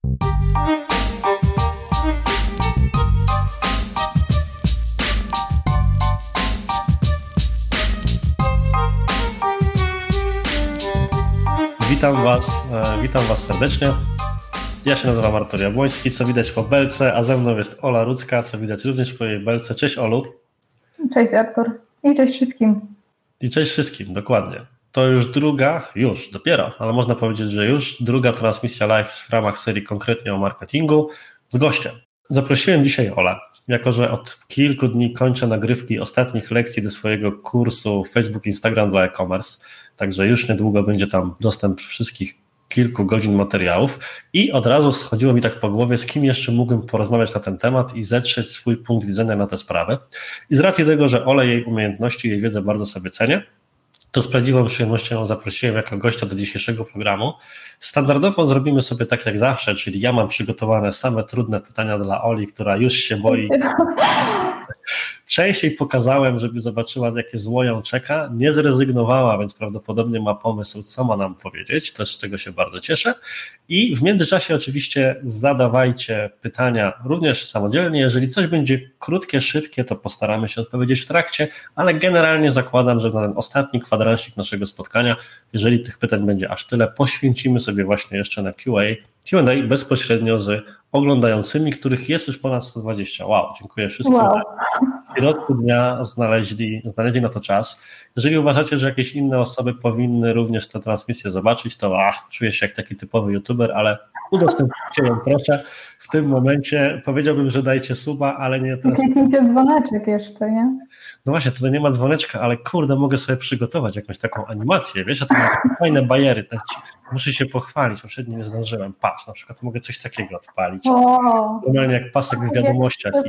Witam Was serdecznie. Ja się nazywam Artur Jabłoński, co widać po belce, a ze mną jest Ola Rudzka, co widać również po jej belce. Cześć Olu. Cześć Artur i cześć wszystkim. I cześć wszystkim, dokładnie. To już dopiero, ale można powiedzieć, że już druga transmisja live w ramach serii konkretnie o marketingu z gościem. Zaprosiłem dzisiaj Olę, jako że od kilku dni kończę nagrywki ostatnich lekcji do swojego kursu Facebook, Instagram dla e-commerce, także już niedługo będzie tam dostęp wszystkich kilku godzin materiałów i od razu schodziło mi tak po głowie, z kim jeszcze mógłbym porozmawiać na ten temat i zetrzeć swój punkt widzenia na tę sprawę. I z racji tego, że Ola jej umiejętności, jej wiedzę bardzo sobie cenię, to z prawdziwą przyjemnością ją zaprosiłem jako gościa do dzisiejszego programu. Standardowo zrobimy sobie tak jak zawsze, czyli ja mam przygotowane same trudne pytania dla Oli, która już się boi. Częściej pokazałem, żeby zobaczyła, jakie zło ją czeka. Nie zrezygnowała, więc prawdopodobnie ma pomysł, co ma nam powiedzieć. Też z tego się bardzo cieszę. I w międzyczasie oczywiście zadawajcie pytania również samodzielnie. Jeżeli coś będzie krótkie, szybkie, to postaramy się odpowiedzieć w trakcie, ale generalnie zakładam, że na ten ostatni kwadransik naszego spotkania, jeżeli tych pytań będzie aż tyle, poświęcimy sobie właśnie jeszcze na Q&A bezpośrednio z oglądającymi, których jest już ponad 120. Wow, dziękuję wszystkim. Wow. W środku dnia znaleźli na to czas. Jeżeli uważacie, że jakieś inne osoby powinny również tę transmisję zobaczyć, to czuję się jak taki typowy youtuber, ale udostępnijcie ją proszę. W tym momencie powiedziałbym, że dajcie suba, ale nie teraz. Kliknijcie dzwoneczek jeszcze, nie? No właśnie, tutaj nie ma dzwoneczka, ale kurde, mogę sobie przygotować jakąś taką animację, wiesz, ja to mam takie fajne bajery, muszę się pochwalić, poprzednio nie zdążyłem, patrz, na przykład mogę coś takiego odpalić, normalnie jak pasek w wiadomościach i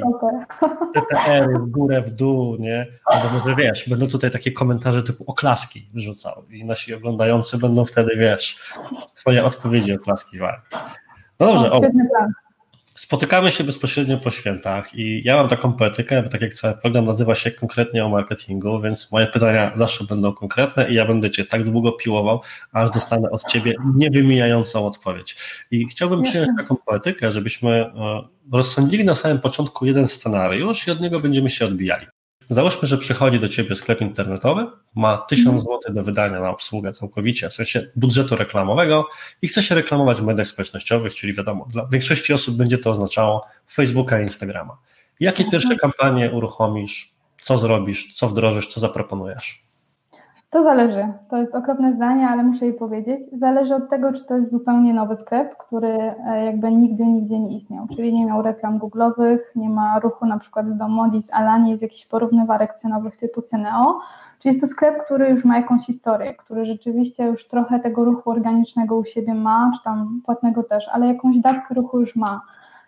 CTR-y w górę, w dół, nie, albo może wiesz, będą tutaj takie komentarze typu oklaski wrzucał i nasi oglądający będą wtedy, wiesz, twoje odpowiedzi oklaskiwali. No dobrze, spotykamy się bezpośrednio po świętach i ja mam taką poetykę, bo tak jak cały program nazywa się konkretnie o marketingu, więc moje pytania zawsze będą konkretne i ja będę Cię tak długo piłował, aż dostanę od Ciebie niewymijającą odpowiedź. I chciałbym przyjąć taką poetykę, żebyśmy rozsądzili na samym początku jeden scenariusz i od niego będziemy się odbijali. Załóżmy, że przychodzi do Ciebie sklep internetowy, ma 1000 zł do wydania na obsługę całkowicie, w sensie budżetu reklamowego i chce się reklamować w mediach społecznościowych, czyli wiadomo, dla większości osób będzie to oznaczało Facebooka i Instagrama. Jakie pierwsze kampanie uruchomisz, co zrobisz, co wdrożysz, co zaproponujesz? To zależy. To jest okropne zdanie, ale muszę je powiedzieć. Zależy od tego, czy to jest zupełnie nowy sklep, który jakby nigdzie nie istniał, czyli nie miał reklam googlowych, nie ma ruchu na przykład z Domodi, z Alani, z jakichś porównywarek cenowych typu Ceneo, czyli jest to sklep, który już ma jakąś historię, który rzeczywiście już trochę tego ruchu organicznego u siebie ma, czy tam płatnego też, ale jakąś dawkę ruchu już ma.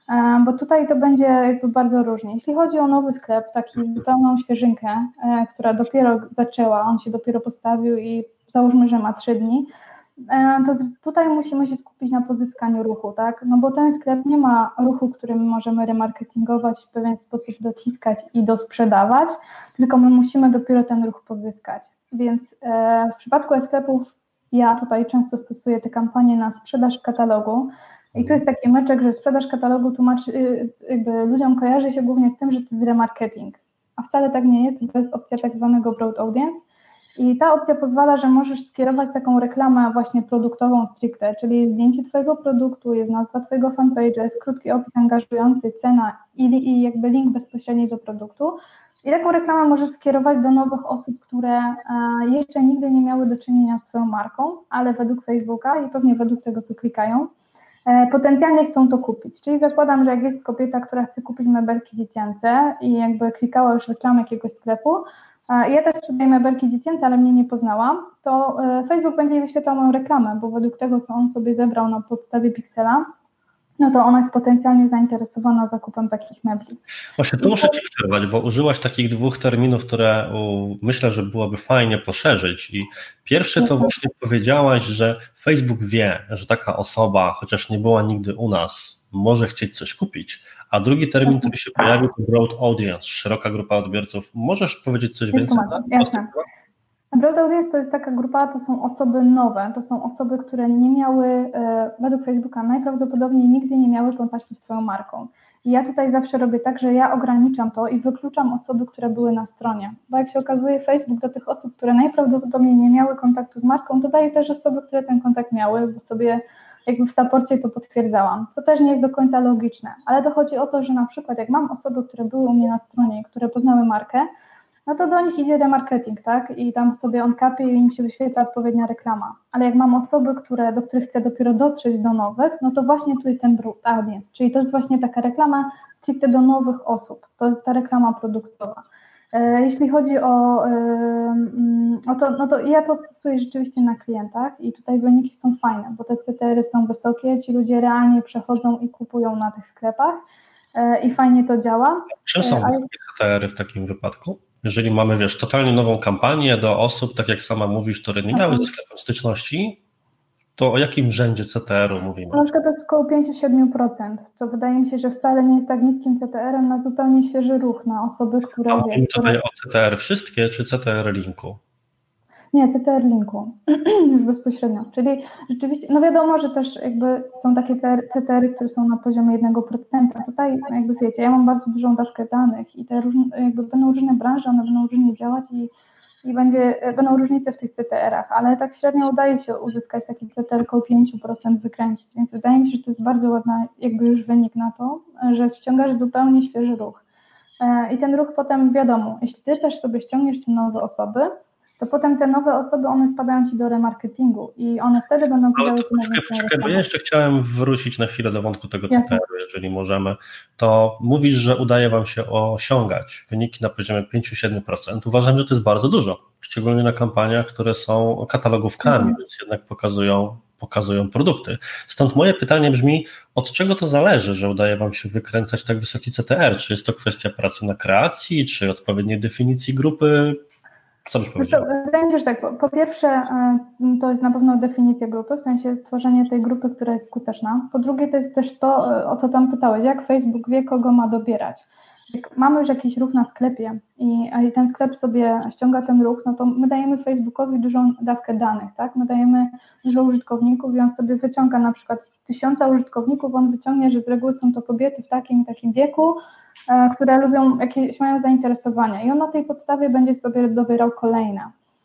Bo tutaj to będzie jakby bardzo różnie. Jeśli chodzi o nowy sklep, taki zupełną świeżynkę, która dopiero zaczęła, on się dopiero postawił i załóżmy, że ma 3 dni, to tutaj musimy się skupić na pozyskaniu ruchu, tak? No bo ten sklep nie ma ruchu, którym możemy remarketingować, w pewien sposób dociskać i dosprzedawać, tylko my musimy dopiero ten ruch pozyskać. Więc w przypadku e-sklepów ja tutaj często stosuję te kampanie na sprzedaż katalogu. I to jest taki meczek, że sprzedaż katalogu jakby ludziom kojarzy się głównie z tym, że to jest remarketing, a wcale tak nie jest, to jest opcja tak zwanego broad audience i ta opcja pozwala, że możesz skierować taką reklamę właśnie produktową stricte, czyli zdjęcie Twojego produktu, jest nazwa Twojego fanpage'a, jest krótki opis angażujący, cena i jakby link bezpośredni do produktu i taką reklamę możesz skierować do nowych osób, które jeszcze nigdy nie miały do czynienia z Twoją marką, ale według Facebooka i pewnie według tego, co klikają, potencjalnie chcą to kupić, czyli zakładam, że jak jest kobieta, która chce kupić mebelki dziecięce i jakby klikała już reklamę jakiegoś sklepu, ja też sprzedaję mebelki dziecięce, ale mnie nie poznałam, to Facebook będzie jej wyświetlał moją reklamę, bo według tego, co on sobie zebrał na podstawie Pixela, no to ona jest potencjalnie zainteresowana zakupem takich mebli. Właśnie tu muszę Ci przerwać, bo użyłaś takich 2 terminów, które myślę, że byłoby fajnie poszerzyć i pierwszy to właśnie powiedziałaś, że Facebook wie, że taka osoba, chociaż nie była nigdy u nas, może chcieć coś kupić, a drugi termin, który się pojawił, to broad audience, szeroka grupa odbiorców. Możesz powiedzieć coś więcej? Jasne. Broad Audience to jest taka grupa, to są osoby nowe, to są osoby, które nie miały, według Facebooka najprawdopodobniej nigdy nie miały kontaktu z Twoją marką. I ja tutaj zawsze robię tak, że ja ograniczam to i wykluczam osoby, które były na stronie. Bo jak się okazuje, Facebook do tych osób, które najprawdopodobniej nie miały kontaktu z marką, dodaje też osoby, które ten kontakt miały, bo sobie jakby w saporcie to potwierdzałam, co też nie jest do końca logiczne. Ale to chodzi o to, że na przykład jak mam osoby, które były u mnie na stronie, które poznały markę, no to do nich idzie remarketing, tak? I tam sobie on kapie i im się wyświetla odpowiednia reklama. Ale jak mam osoby, do których chcę dopiero dotrzeć do nowych, no to właśnie tu jest ten broad audience, czyli to jest właśnie taka reklama stricte do nowych osób. To jest ta reklama produktowa. Jeśli chodzi o to, no to ja to stosuję rzeczywiście na klientach i tutaj wyniki są fajne, bo te CTR-y są wysokie, ci ludzie realnie przechodzą i kupują na tych sklepach i fajnie to działa. Czym są CTR-y w takim wypadku? Jeżeli mamy, totalnie nową kampanię do osób, tak jak sama mówisz, które nie miały ze sklepem styczności, to o jakim rzędzie CTR-u mówimy? Na przykład to jest około 5-7%, co wydaje mi się, że wcale nie jest tak niskim CTR-em na zupełnie świeży ruch, na osoby, które... A mówimy tutaj o CTR wszystkie, czy CTR linku? Nie, CTR linku, już bezpośrednio, czyli rzeczywiście, no wiadomo, że też jakby są takie CTR-y, które są na poziomie 1%. Tutaj jakby wiecie, ja mam bardzo dużą dawkę danych i te jakby będą różne branże, one będą różnie działać i będą różnice w tych CTR-ach, ale tak średnio udaje się uzyskać taki CTR około 5% wykręcić, więc wydaje mi się, że to jest bardzo ładny jakby już wynik na to, że ściągasz zupełnie świeży ruch. I ten ruch potem wiadomo, jeśli ty też sobie ściągniesz te nowe osoby, to potem te nowe osoby, one wpadają ci do remarketingu i one wtedy będą widziały... Ale to poczekaj, bo ja jeszcze chciałem wrócić na chwilę do wątku tego CTR-u, jeżeli możemy. To mówisz, że udaje wam się osiągać wyniki na poziomie 5-7%. Uważam, że to jest bardzo dużo, szczególnie na kampaniach, które są katalogówkami, więc jednak pokazują produkty. Stąd moje pytanie brzmi, od czego to zależy, że udaje wam się wykręcać tak wysoki CTR? Czy jest to kwestia pracy na kreacji, czy odpowiedniej definicji grupy? Co byś powiedział? Wydaje mi się, że tak, po pierwsze to jest na pewno definicja grupy, w sensie stworzenie tej grupy, która jest skuteczna. Po drugie to jest też to, o co tam pytałeś, jak Facebook wie, kogo ma dobierać. Jak mamy już jakiś ruch na sklepie i ten sklep sobie ściąga ten ruch, no to my dajemy Facebookowi dużą dawkę danych, tak? My dajemy dużo użytkowników i on sobie wyciąga na przykład z 1000 użytkowników, on wyciągnie, że z reguły są to kobiety w takim i takim wieku, które lubią, jakieś mają zainteresowania i on na tej podstawie będzie sobie dobierał kolejne.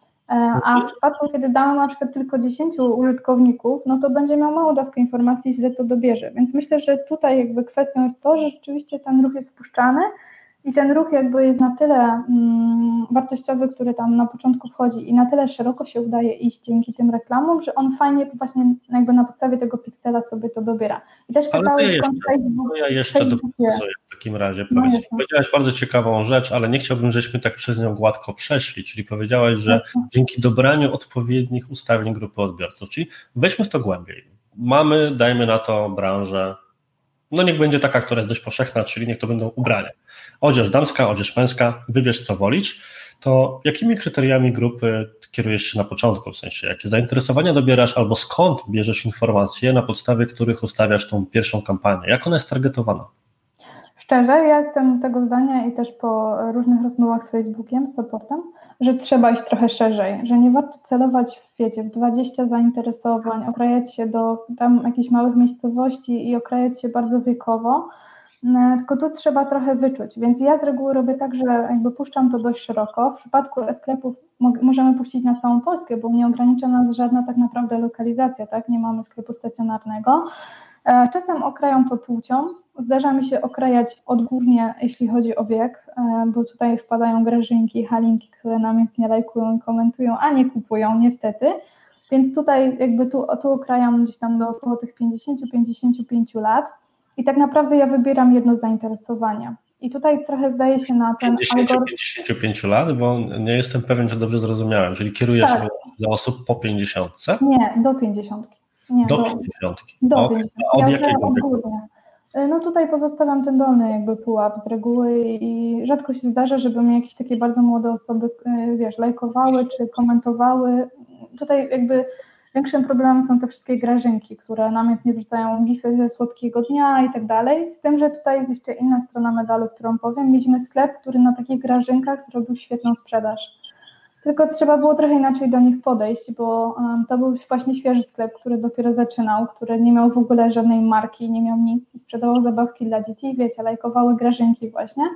A w przypadku, kiedy damy na przykład tylko 10 użytkowników, no to będzie miał małą dawkę informacji, źle to dobierze. Więc myślę, że tutaj jakby kwestią jest to, że rzeczywiście ten ruch jest spuszczany i ten ruch jakby jest na tyle wartościowy, który tam na początku wchodzi i na tyle szeroko się udaje iść dzięki tym reklamom, że on fajnie właśnie jakby na podstawie tego piksela sobie to dobiera. I też pytałeś, ja jeszcze doprecyzuję w takim razie. Powiedziałaś bardzo ciekawą rzecz, ale nie chciałbym, żeśmy tak przez nią gładko przeszli, czyli powiedziałaś, że dzięki dobraniu odpowiednich ustawień grupy odbiorców, czyli weźmy w to głębiej. Mamy, dajmy na to branżę, no niech będzie taka, która jest dość powszechna, czyli niech to będą ubrania. Odzież damska, odzież męska, wybierz co wolisz, to jakimi kryteriami grupy kierujesz się na początku, w sensie jakie zainteresowania dobierasz albo skąd bierzesz informacje, na podstawie których ustawiasz tą pierwszą kampanię, jak ona jest targetowana? Szczerze, ja jestem tego zdania i też po różnych rozmowach z Facebookiem, z supportem, że trzeba iść trochę szerzej, że nie warto celować w 20 zainteresowań, okrajać się do tam jakichś małych miejscowości i okrajać się bardzo wiekowo, tylko tu trzeba trochę wyczuć, więc ja z reguły robię tak, że jakby puszczam to dość szeroko. W przypadku sklepów możemy puścić na całą Polskę, bo nie ogranicza nas żadna tak naprawdę lokalizacja, tak? Nie mamy sklepu stacjonarnego. Czasem okrajam to płcią, zdarza mi się okrajać odgórnie, jeśli chodzi o wiek, bo tutaj wpadają Grażynki, Halinki, które namiętnie lajkują i komentują, a nie kupują niestety, więc tutaj jakby tu okrajam gdzieś tam do około tych 50-55 lat i tak naprawdę ja wybieram jedno zainteresowanie. I tutaj trochę zdaje się na ten 50-55 lat, bo nie jestem pewien, czy dobrze zrozumiałem, czyli kierujesz się do osób po 50? Nie, do 50. Nie, do 50. Do 50. Od jakiego wieku? No tutaj pozostawiam ten dolny jakby pułap z reguły i rzadko się zdarza, żeby mnie jakieś takie bardzo młode osoby, lajkowały czy komentowały. Tutaj jakby większym problemem są te wszystkie Grażynki, które namiętnie wrzucają gify ze słodkiego dnia i tak dalej. Z tym, że tutaj jest jeszcze inna strona medalu, którą powiem. Mieliśmy sklep, który na takich Grażynkach zrobił świetną sprzedaż. tylko trzeba było trochę inaczej do nich podejść, bo to był właśnie świeży sklep, który dopiero zaczynał, który nie miał w ogóle żadnej marki, nie miał nic i sprzedawał zabawki dla dzieci i wiecie, lajkowały Grażynki właśnie.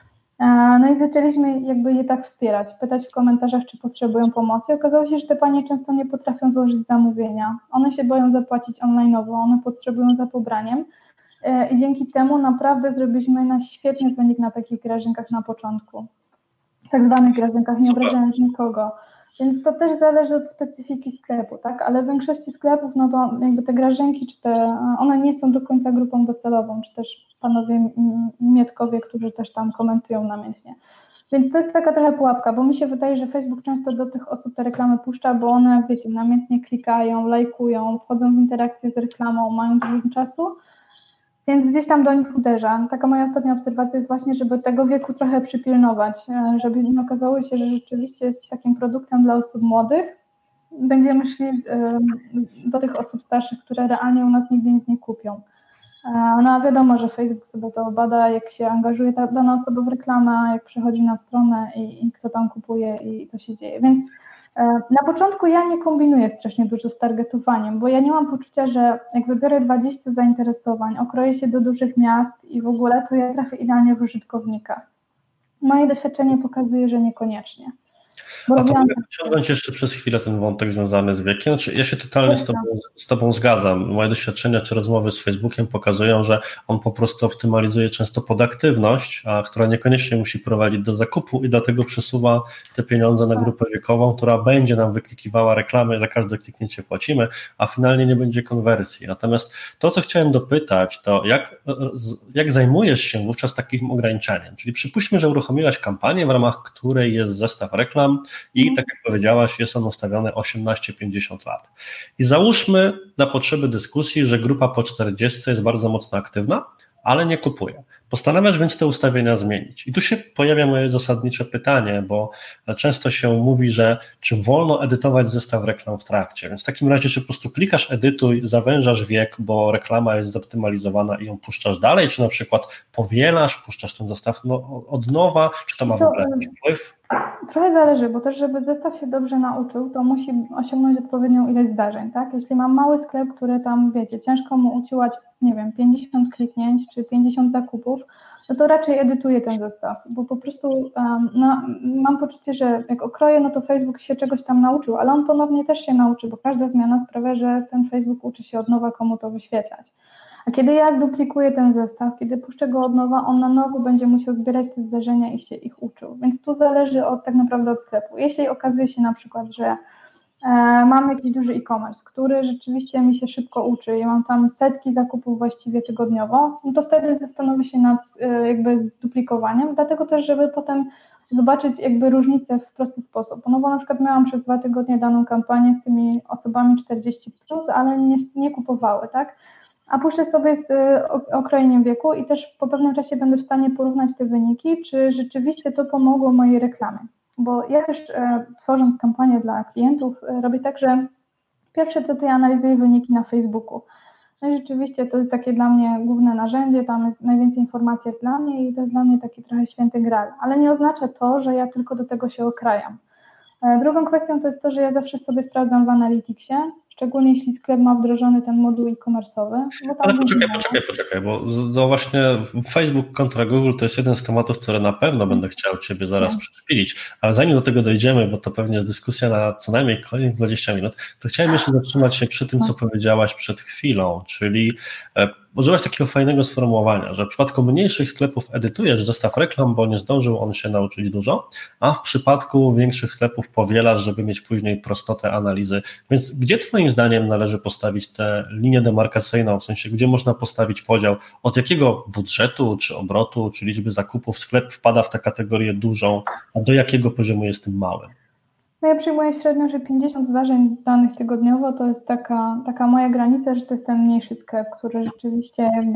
No i zaczęliśmy jakby je tak wspierać, pytać w komentarzach, czy potrzebują pomocy. Okazało się, że te panie często nie potrafią złożyć zamówienia. One się boją zapłacić online'owo, one potrzebują za pobraniem i dzięki temu naprawdę zrobiliśmy na świetny wynik na takich grażynkach na początku. Tak zwanych grażynkach, nie obrażając nikogo. Więc to też zależy od specyfiki sklepu, tak? Ale w większości sklepów, no to jakby te grażynki, one nie są do końca grupą docelową, czy też panowie Mietkowie, którzy też tam komentują namiętnie. Więc to jest taka trochę pułapka, bo mi się wydaje, że Facebook często do tych osób te reklamy puszcza, bo one, wiecie, namiętnie klikają, lajkują, wchodzą w interakcję z reklamą, mają dużo czasu, więc gdzieś tam do nich uderza. Taka moja ostatnia obserwacja jest właśnie, żeby tego wieku trochę przypilnować, żeby nie okazało się, że rzeczywiście jest takim produktem dla osób młodych. Będziemy szli do tych osób starszych, które realnie u nas nigdy nic nie kupią. No a wiadomo, że Facebook sobie to bada, jak się angażuje dana osoba w reklamę, jak przychodzi na stronę i kto tam kupuje i co się dzieje. Więc na początku ja nie kombinuję strasznie dużo z targetowaniem, bo ja nie mam poczucia, że jak wybiorę 20 zainteresowań, okroję się do dużych miast i w ogóle, to ja trafię idealnie w użytkownika. Moje doświadczenie pokazuje, że niekoniecznie. A to mogę pociągnąć jeszcze przez chwilę ten wątek związany z wiekiem. Znaczy, ja się totalnie z tobą zgadzam. Moje doświadczenia czy rozmowy z Facebookiem pokazują, że on po prostu optymalizuje często pod aktywność, która niekoniecznie musi prowadzić do zakupu i dlatego przesuwa te pieniądze na grupę wiekową, która będzie nam wyklikiwała reklamy, za każde kliknięcie płacimy, a finalnie nie będzie konwersji. Natomiast to, co chciałem dopytać, to jak zajmujesz się wówczas takim ograniczeniem? Czyli przypuśćmy, że uruchomiłaś kampanię, w ramach której jest zestaw reklam, i tak jak powiedziałaś, jest on ustawiony 18-50 lat. I załóżmy na potrzeby dyskusji, że grupa po 40 jest bardzo mocno aktywna, ale nie kupuje. Postanawiasz więc te ustawienia zmienić. I tu się pojawia moje zasadnicze pytanie, bo często się mówi, że czy wolno edytować zestaw reklam w trakcie. Więc w takim razie, czy po prostu klikasz edytuj, zawężasz wiek, bo reklama jest zoptymalizowana i ją puszczasz dalej, czy na przykład powielasz, puszczasz ten zestaw od nowa, czy to ma w ogóle jakiś wpływ? Trochę zależy, bo też żeby zestaw się dobrze nauczył, to musi osiągnąć odpowiednią ilość zdarzeń, tak? Jeśli mam mały sklep, który tam, wiecie, ciężko mu uciłać, nie wiem, 50 kliknięć czy 50 zakupów, no to raczej edytuję ten zestaw, bo po prostu mam poczucie, że jak okroję, no to Facebook się czegoś tam nauczył, ale on ponownie też się nauczy, bo każda zmiana sprawia, że ten Facebook uczy się od nowa, komu to wyświetlać. A kiedy ja zduplikuję ten zestaw, kiedy puszczę go od nowa, on na nowo będzie musiał zbierać te zdarzenia i się ich uczył. Więc tu zależy tak naprawdę od sklepu. Jeśli okazuje się na przykład, że mam jakiś duży e-commerce, który rzeczywiście mi się szybko uczy i mam tam setki zakupów właściwie tygodniowo, no to wtedy zastanowię się nad jakby zduplikowaniem, dlatego też, żeby potem zobaczyć jakby różnicę w prosty sposób. No bo na przykład miałam przez 2 tygodnie daną kampanię z tymi osobami 40+, ale nie kupowały, tak? A puszczę sobie z okrojeniem wieku i też po pewnym czasie będę w stanie porównać te wyniki, czy rzeczywiście to pomogło mojej reklamie. Bo ja też tworząc kampanię dla klientów robię tak, że pierwsze co to ja analizuję wyniki na Facebooku. No i rzeczywiście to jest takie dla mnie główne narzędzie, tam jest najwięcej informacji jak dla mnie i to jest dla mnie taki trochę święty gral. Ale nie oznacza to, że ja tylko do tego się okrajam. Drugą kwestią to jest to, że ja zawsze sobie sprawdzam w Analyticsie, szczególnie jeśli sklep ma wdrożony ten moduł e-commerce'owy. Ale poczekaj, bo właśnie Facebook kontra Google to jest jeden z tematów, które na pewno będę chciał Ciebie zaraz przeszpilić, ale zanim do tego dojdziemy, bo to pewnie jest dyskusja na co najmniej kolejnych 20 minut, to chciałem jeszcze zatrzymać się przy tym, co powiedziałaś przed chwilą, czyli użyłaś takiego fajnego sformułowania, że w przypadku mniejszych sklepów edytujesz zestaw reklam, bo nie zdążył on się nauczyć dużo, a w przypadku większych sklepów powielasz, żeby mieć później prostotę analizy. Więc gdzie Twoim zdaniem należy postawić tę linię demarkacyjną, w sensie gdzie można postawić podział, od jakiego budżetu, czy obrotu, czy liczby zakupów sklep wpada w tę kategorię dużą, a do jakiego poziomu jest tym małym? No ja przyjmuję średnio, że 50 zdarzeń danych tygodniowo to jest taka moja granica, że to jest ten mniejszy sklep, który rzeczywiście jakby...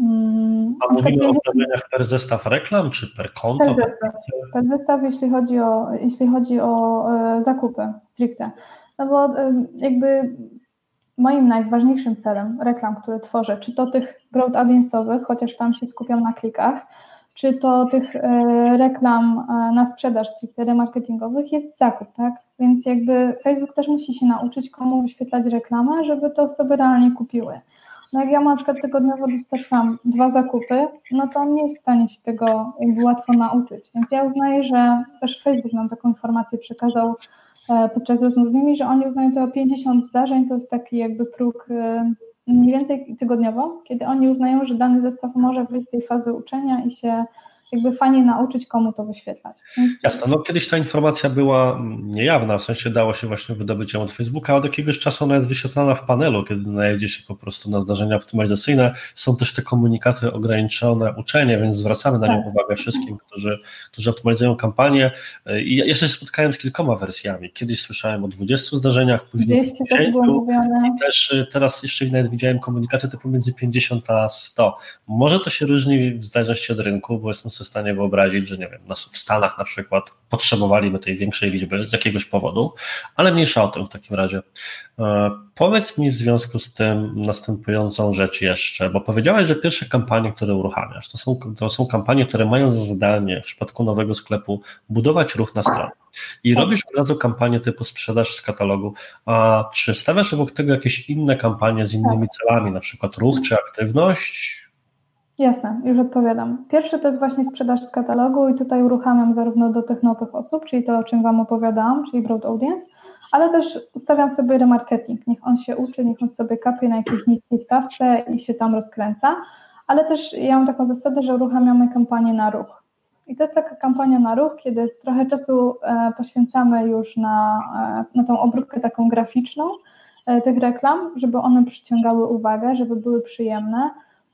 A mówimy o ustawieniach per zestaw reklam, czy per konto? Per zestaw, jeśli chodzi o zakupy stricte. No bo jakby moim najważniejszym celem reklam, które tworzę, czy to tych broad audience'owych, chociaż tam się skupiam na klikach, czy to tych reklam na sprzedaż stricte remarketingowych jest zakup, tak? Więc jakby Facebook też musi się nauczyć, komu wyświetlać reklamę, żeby te osoby realnie kupiły. No jak ja na przykład tygodniowo dostarczam 2 zakupy, no to on nie jest w stanie się tego jakby łatwo nauczyć. Więc ja uznaję, że też Facebook nam taką informację przekazał podczas rozmów z nimi, że oni uznają to 50 zdarzeń, to jest taki jakby próg mniej więcej tygodniowo, kiedy oni uznają, że dany zestaw może wyjść z tej fazy uczenia i się jakby fajnie nauczyć, komu to wyświetlać. Jasne, no kiedyś ta informacja była niejawna, w sensie dało się właśnie wydobyć ją od Facebooka, a od jakiegoś czasu ona jest wyświetlana w panelu, kiedy najedzie się po prostu na zdarzenia optymalizacyjne. Są też te komunikaty ograniczone uczenie, więc zwracamy na nią uwagę wszystkim, którzy optymalizują kampanię. I ja się spotkałem z kilkoma wersjami. Kiedyś słyszałem o 20 zdarzeniach, później 50. I też teraz jeszcze nawet widziałem komunikaty typu między 50 a 100. Może to się różni w zależności od rynku, bo jestem sobie w stanie wyobrazić, że nie wiem, w Stanach na przykład potrzebowaliby tej większej liczby z jakiegoś powodu, ale mniejsza o tym w takim razie. Powiedz mi w związku z tym następującą rzecz jeszcze, bo powiedziałaś, że pierwsze kampanie, które uruchamiasz, to są kampanie, które mają za zadanie w przypadku nowego sklepu budować ruch na stronie. I robisz od razu kampanię typu sprzedaż z katalogu, a czy stawiasz obok tego jakieś inne kampanie z innymi celami, na przykład ruch czy aktywność? Jasne, już odpowiadam. Pierwszy to jest właśnie sprzedaż z katalogu i tutaj uruchamiam zarówno do tych nowych osób, czyli to, o czym Wam opowiadałam, czyli broad audience, ale też ustawiam sobie remarketing. Niech on się uczy, niech on sobie kapie na jakiejś niskiej stawce i się tam rozkręca, ale też ja mam taką zasadę, że uruchamiamy kampanię na ruch. I to jest taka kampania na ruch, kiedy trochę czasu poświęcamy już na tą obróbkę taką graficzną tych reklam, żeby one przyciągały uwagę, żeby były przyjemne.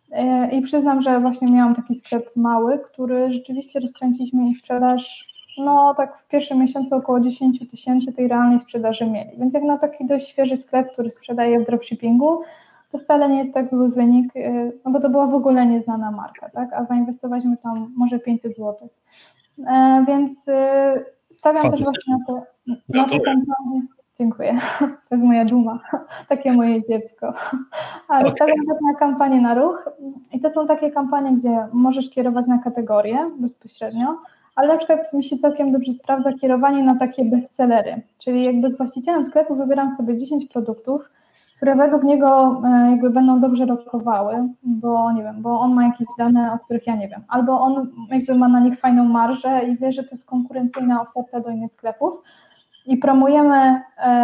I przyznam, że właśnie miałam taki sklep mały, który rzeczywiście rozkręciliśmy i sprzedaż, no tak w pierwszym miesiącu około 10 000 tej realnej sprzedaży mieli. Więc jak na taki dość świeży sklep, który sprzedaje w dropshippingu, to wcale nie jest tak zły wynik, no bo to była w ogóle nieznana marka, tak? A zainwestowaliśmy tam może 500 zł. Więc stawiam też właśnie na te kampanie. Dziękuję, to jest moja duma, takie moje dziecko. Ale stawiam też na kampanię na ruch i to są takie kampanie, gdzie możesz kierować na kategorie bezpośrednio, ale na przykład mi się całkiem dobrze sprawdza kierowanie na takie bestsellery, czyli jakby z właścicielem sklepu wybieram sobie 10 produktów, które według niego jakby będą dobrze rokowały, bo nie wiem, bo on ma jakieś dane, o których ja nie wiem, albo on jakby ma na nich fajną marżę i wie, że to jest konkurencyjna oferta do innych sklepów i promujemy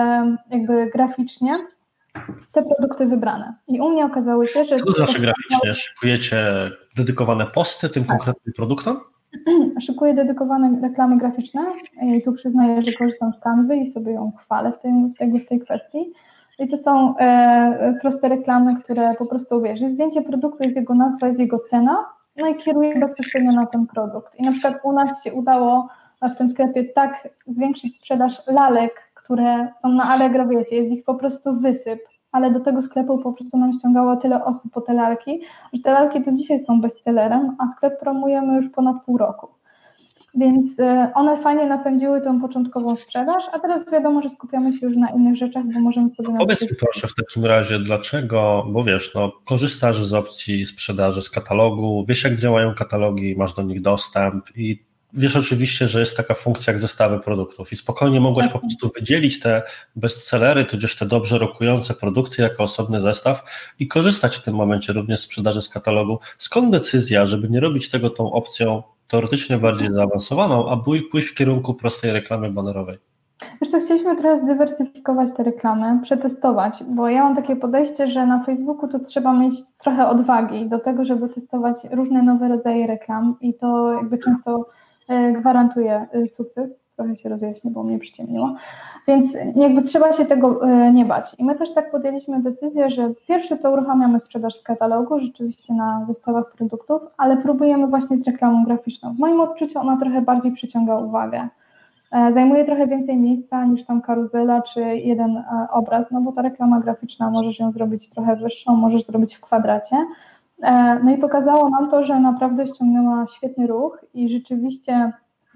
jakby graficznie te produkty wybrane. I u mnie okazało się, że... Co to znaczy graficznie? Szykujecie dedykowane posty tym konkretnym produktom? Szykuję dedykowane reklamy graficzne i tu przyznaję, że korzystam z Canvy i sobie ją chwalę w tej kwestii. I to są proste reklamy, które po prostu, wiesz, jest zdjęcie produktu, jest jego nazwa, jest jego cena, no i kieruję bezpośrednio na ten produkt. I na przykład u nas się udało w tym sklepie tak zwiększyć sprzedaż lalek, które są na Allegro, wiecie, jest ich po prostu wysyp, ale do tego sklepu po prostu nam ściągało tyle osób po te lalki, że te lalki do dzisiaj są bestsellerem, a sklep promujemy już ponad pół roku. Więc one fajnie napędziły tą początkową sprzedaż, a teraz wiadomo, że skupiamy się już na innych rzeczach, bo możemy sobie... Powiedz mi proszę w takim razie, dlaczego, bo wiesz, no korzystasz z opcji sprzedaży z katalogu, wiesz jak działają katalogi, masz do nich dostęp i wiesz oczywiście, że jest taka funkcja jak zestawy produktów i spokojnie mogłaś po prostu wydzielić te bestsellery, tudzież te dobrze rokujące produkty jako osobny zestaw i korzystać w tym momencie również z sprzedaży z katalogu. Skąd decyzja, żeby nie robić tego tą opcją teoretycznie bardziej zaawansowaną, a pójść w kierunku prostej reklamy banerowej? Wiesz co, chcieliśmy trochę zdywersyfikować te reklamy, przetestować, bo ja mam takie podejście, że na Facebooku to trzeba mieć trochę odwagi do tego, żeby testować różne nowe rodzaje reklam i to jakby często gwarantuje sukces. Trochę się rozjaśnię, bo mnie przyciemniło. Więc jakby trzeba się tego nie bać. I my też tak podjęliśmy decyzję, że pierwsze to uruchamiamy sprzedaż z katalogu, rzeczywiście na zestawach produktów, ale próbujemy właśnie z reklamą graficzną. W moim odczuciu ona trochę bardziej przyciąga uwagę. Zajmuje trochę więcej miejsca niż tam karuzela czy jeden obraz, no bo ta reklama graficzna możesz ją zrobić trochę wyższą, możesz zrobić w kwadracie. No i pokazało nam to, że naprawdę ściągnęła świetny ruch i rzeczywiście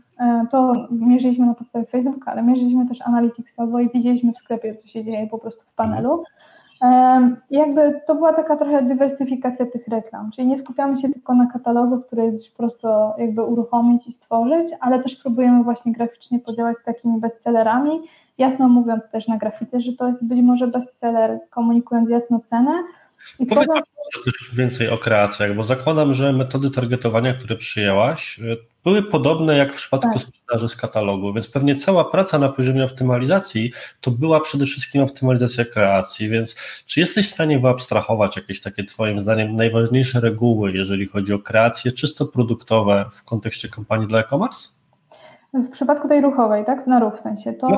to mierzyliśmy na podstawie Facebooka, ale mierzyliśmy też analyticsowo i widzieliśmy w sklepie, co się dzieje po prostu w panelu. Jakby to była taka trochę dywersyfikacja tych reklam, czyli nie skupiamy się tylko na katalogu, który jest prosto jakby uruchomić i stworzyć, ale też próbujemy właśnie graficznie podziałać z takimi bestsellerami, jasno mówiąc też na grafice, że to jest być może bestseller, komunikując jasno cenę. I powiedz też więcej o kreacjach, bo zakładam, że metody targetowania, które przyjęłaś, były podobne jak w przypadku sprzedaży z katalogu, więc pewnie cała praca na poziomie optymalizacji to była przede wszystkim optymalizacja kreacji, więc czy jesteś w stanie wyabstrahować jakieś takie twoim zdaniem najważniejsze reguły, jeżeli chodzi o kreacje czysto produktowe w kontekście kampanii dla e-commerce? W przypadku tej ruchowej, tak? Na ruch w sensie, to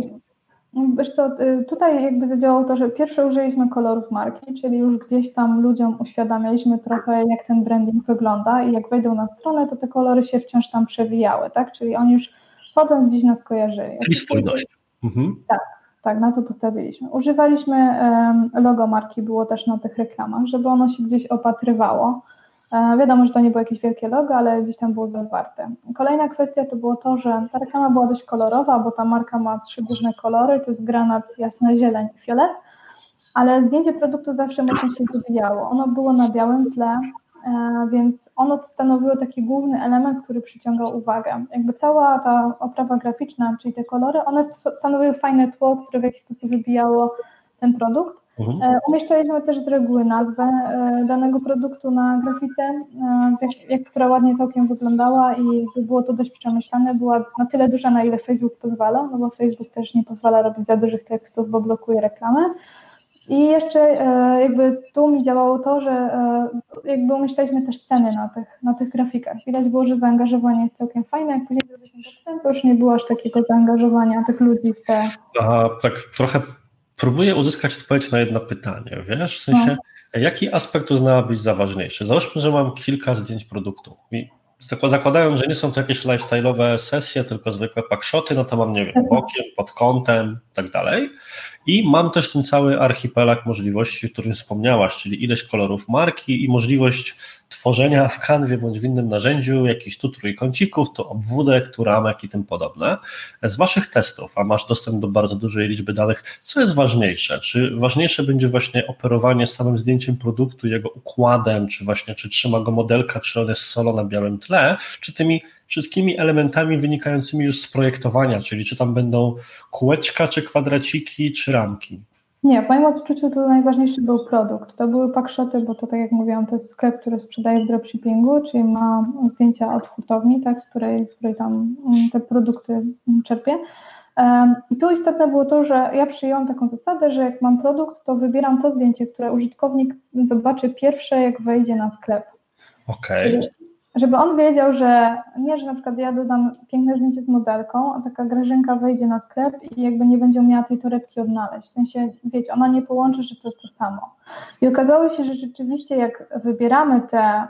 wiesz co, tutaj jakby zadziałało to, że pierwsze użyliśmy kolorów marki, czyli już gdzieś tam ludziom uświadamialiśmy trochę, jak ten branding wygląda i jak wejdą na stronę, to te kolory się wciąż tam przewijały, tak? Czyli oni już wchodząc gdzieś nas kojarzyli. Czyli spójność. Tak, na to postawiliśmy. Używaliśmy logo marki, było też na tych reklamach, żeby ono się gdzieś opatrywało. Wiadomo, że to nie było jakieś wielkie logo, ale gdzieś tam było zawarte. Kolejna kwestia to było to, że ta reklama była dość kolorowa, bo ta marka ma 3 główne kolory, to jest granat, jasna zieleń i fiolet, ale zdjęcie produktu zawsze mocno się wybijało. Ono było na białym tle, więc ono stanowiło taki główny element, który przyciągał uwagę. Jakby cała ta oprawa graficzna, czyli te kolory, one stanowiły fajne tło, które w jakiś sposób wybijało ten produkt. Umieszczaliśmy też z reguły nazwę danego produktu na grafice, która ładnie całkiem wyglądała i było to dość przemyślane, była na tyle duża, na ile Facebook pozwala, no bo Facebook też nie pozwala robić za dużych tekstów, bo blokuje reklamę. I jeszcze jakby tu mi działało to, że jakby umieszczaliśmy też ceny na tych grafikach. Widać było, że zaangażowanie jest całkiem fajne, jak później zrobiliśmy to już nie było aż takiego zaangażowania tych ludzi w te... Tak trochę próbuję uzyskać odpowiedź na jedno pytanie, wiesz, w sensie, jaki aspekt uznałabyś za ważniejszy? Załóżmy, że mam kilka zdjęć produktu i zakładając, że nie są to jakieś lifestyle'owe sesje, tylko zwykłe packshoty, no to mam, nie wiem, bokiem, pod kątem i tak dalej. I mam też ten cały archipelag możliwości, o którym wspomniałaś, czyli ileś kolorów marki i możliwość tworzenia w kanwie bądź w innym narzędziu jakichś tu trójkącików, tu obwódek, tu ramek i tym podobne. Z waszych testów, a masz dostęp do bardzo dużej liczby danych, co jest ważniejsze? Czy ważniejsze będzie właśnie operowanie samym zdjęciem produktu, jego układem, czy właśnie czy trzyma go modelka, czy on jest solo na białym tle, czy tymi wszystkimi elementami wynikającymi już z projektowania, czyli czy tam będą kółeczka, czy kwadraciki, czy ramki? Nie, w moim odczuciu to najważniejszy był produkt. To były packshoty, bo to tak jak mówiłam, to jest sklep, który sprzedaje w dropshippingu, czyli ma zdjęcia od hurtowni, tak, w której tam te produkty czerpię. I tu istotne było to, że ja przyjęłam taką zasadę, że jak mam produkt, to wybieram to zdjęcie, które użytkownik zobaczy pierwsze, jak wejdzie na sklep. Okej. Żeby on wiedział, że nie, że na przykład ja dodam piękne zdjęcie z modelką, a taka Grażynka wejdzie na sklep i jakby nie będzie miała tej torebki odnaleźć. W sensie, wiecie, ona nie połączy, że to jest to samo. I okazało się, że rzeczywiście jak wybieramy te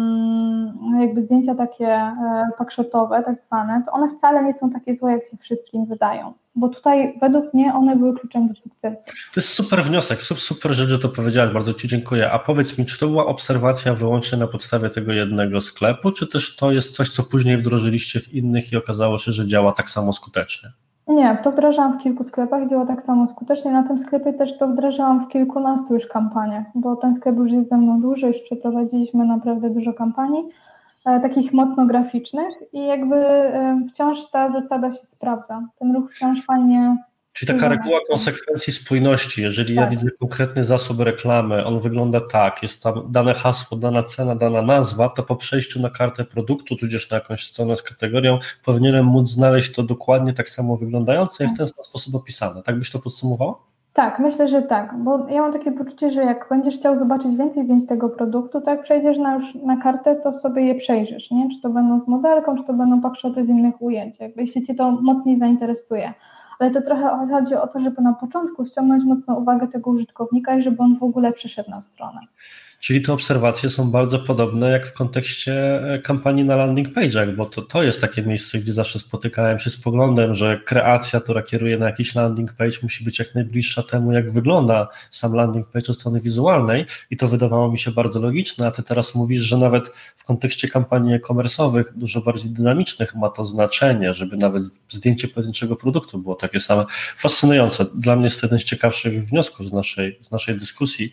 jakby zdjęcia takie packshotowe, tak zwane, to one wcale nie są takie złe, jak się wszystkim wydają. Bo tutaj według mnie one były kluczem do sukcesu. To jest super wniosek, super rzecz, że to powiedziałaś, bardzo Ci dziękuję. A powiedz mi, czy to była obserwacja wyłącznie na podstawie tego jednego sklepu, czy też to jest coś, co później wdrożyliście w innych i okazało się, że działa tak samo skutecznie? Nie, to wdrażałam w kilku sklepach, działa tak samo skutecznie. Na tym sklepie też to wdrażałam w kilkunastu już kampaniach, bo ten sklep już jest ze mną dłużej, już przeprowadziliśmy naprawdę dużo kampanii, takich mocno graficznych i jakby wciąż ta zasada się sprawdza. Ten ruch wciąż fajnie... Czyli taka reguła konsekwencji spójności. Jeżeli ja widzę konkretny zasób reklamy, on wygląda tak, jest tam dane hasło, dana cena, dana nazwa, to po przejściu na kartę produktu, tudzież na jakąś stronę z kategorią, powinienem móc znaleźć to dokładnie tak samo wyglądające i w ten sposób opisane. Tak byś to podsumowała? Tak, myślę, że tak, bo ja mam takie poczucie, że jak będziesz chciał zobaczyć więcej zdjęć tego produktu, to jak przejdziesz już na kartę, to sobie je przejrzysz, nie? Czy to będą z modelką, czy to będą packshoty z innych ujęć, jakby jeśli Cię to mocniej zainteresuje. Ale to trochę chodzi o to, żeby na początku ściągnąć mocno uwagę tego użytkownika i żeby on w ogóle przyszedł na stronę. Czyli te obserwacje są bardzo podobne jak w kontekście kampanii na landing page'ach, bo to jest takie miejsce, gdzie zawsze spotykałem się z poglądem, że kreacja, która kieruje na jakiś landing page, musi być jak najbliższa temu, jak wygląda sam landing page od strony wizualnej i to wydawało mi się bardzo logiczne, a ty teraz mówisz, że nawet w kontekście kampanii e-commerce'owych, dużo bardziej dynamicznych ma to znaczenie, żeby nawet zdjęcie pojedynczego produktu było takie same. Fascynujące. Dla mnie jest to jeden z ciekawszych wniosków z naszej dyskusji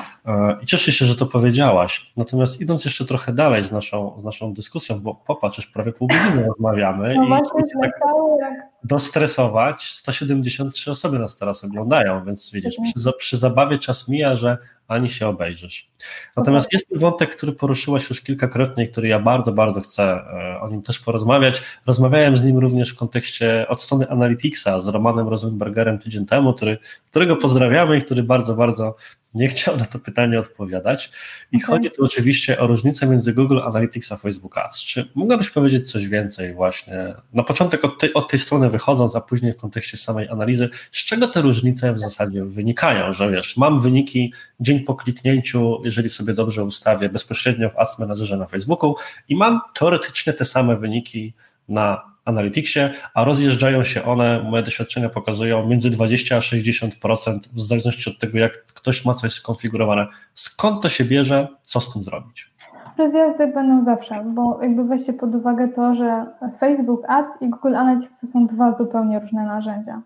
i cieszę się, że to powiedziałaś. Natomiast idąc jeszcze trochę dalej z naszą dyskusją, bo popatrz, już prawie pół godziny rozmawiamy i tak dostresować, 173 osoby nas teraz oglądają, więc widzisz, przy zabawie czas mija, że ani się obejrzysz. Natomiast jest wątek, który poruszyłaś już kilkakrotnie, który ja bardzo, bardzo chcę o nim też porozmawiać. Rozmawiałem z nim również w kontekście od strony Analyticsa z Romanem Rosenbergerem tydzień temu, którego pozdrawiamy i który bardzo, bardzo nie chciał na to pytanie odpowiadać. I chodzi tu oczywiście o różnicę między Google Analytics a Facebook Ads. Czy mogłabyś powiedzieć coś więcej właśnie, na początek od tej strony wychodząc, a później w kontekście samej analizy, z czego te różnice w zasadzie wynikają, że wiesz, mam wyniki dzień po kliknięciu, jeżeli sobie dobrze ustawię bezpośrednio w Ads Managerze na Facebooku i mam teoretycznie te same wyniki na Analyticsie, a rozjeżdżają się one, moje doświadczenia pokazują, między 20 a 60% w zależności od tego, jak ktoś ma coś skonfigurowane. Skąd to się bierze, co z tym zrobić? Rozjazdy będą zawsze, bo jakby weźcie pod uwagę to, że Facebook Ads i Google Analytics to są dwa zupełnie różne narzędzia.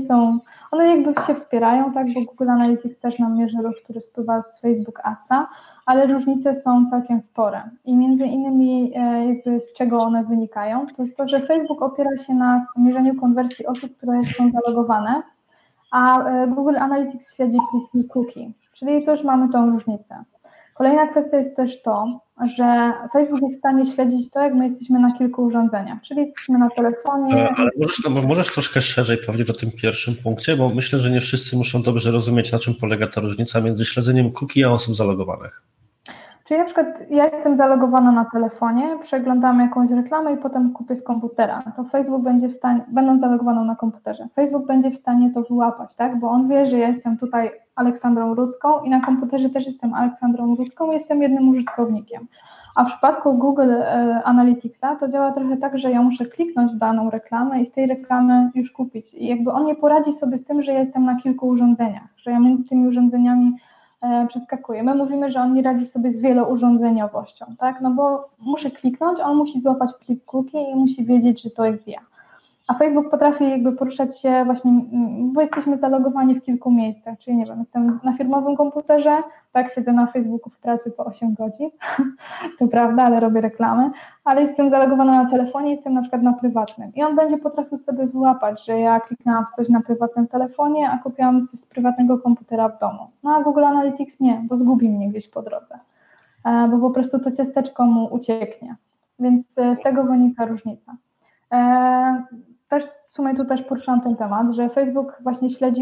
One jakby się wspierają, tak, bo Google Analytics też nam mierzy ruch, który spływa z Facebook Adsa, ale różnice są całkiem spore i między innymi jakby z czego one wynikają, to jest to, że Facebook opiera się na mierzeniu konwersji osób, które są zalogowane, a Google Analytics śledzi cookie, czyli tu już mamy tą różnicę. Kolejna kwestia jest też to, że Facebook jest w stanie śledzić to, jak my jesteśmy na kilku urządzeniach, czyli jesteśmy na telefonie. Ale możesz troszkę szerzej powiedzieć o tym pierwszym punkcie, bo myślę, że nie wszyscy muszą dobrze rozumieć, na czym polega ta różnica między śledzeniem cookie a osób zalogowanych. Czyli na przykład ja jestem zalogowana na telefonie, przeglądam jakąś reklamę i potem kupię z komputera, to Facebook będzie w stanie, będąc zalogowaną na komputerze, Facebook będzie w stanie to wyłapać, tak? Bo on wie, że ja jestem tutaj Aleksandrą Rudzką i na komputerze też jestem Aleksandrą Rudzką, jestem jednym użytkownikiem. A w przypadku Google Analyticsa to działa trochę tak, że ja muszę kliknąć w daną reklamę i z tej reklamy już kupić. I jakby on nie poradzi sobie z tym, że ja jestem na kilku urządzeniach, że ja między tymi urządzeniami przeskakuję. My mówimy, że on nie radzi sobie z wielourządzeniowością, tak? No bo muszę kliknąć, on musi złapać plik cookie i musi wiedzieć, że to jest ja. A Facebook potrafi jakby poruszać się właśnie, bo jesteśmy zalogowani w kilku miejscach, czyli nie wiem, jestem na firmowym komputerze, tak, siedzę na Facebooku w pracy po 8 godzin, to prawda, ale robię reklamy, ale jestem zalogowana na telefonie, jestem na przykład na prywatnym i on będzie potrafił sobie wyłapać, że ja kliknęłam w coś na prywatnym telefonie, a kupiłam z prywatnego komputera w domu. No a Google Analytics nie, bo zgubi mnie gdzieś po drodze, bo po prostu to ciasteczko mu ucieknie, więc z tego wynika różnica. Też w sumie tu też poruszałam ten temat, że Facebook właśnie śledzi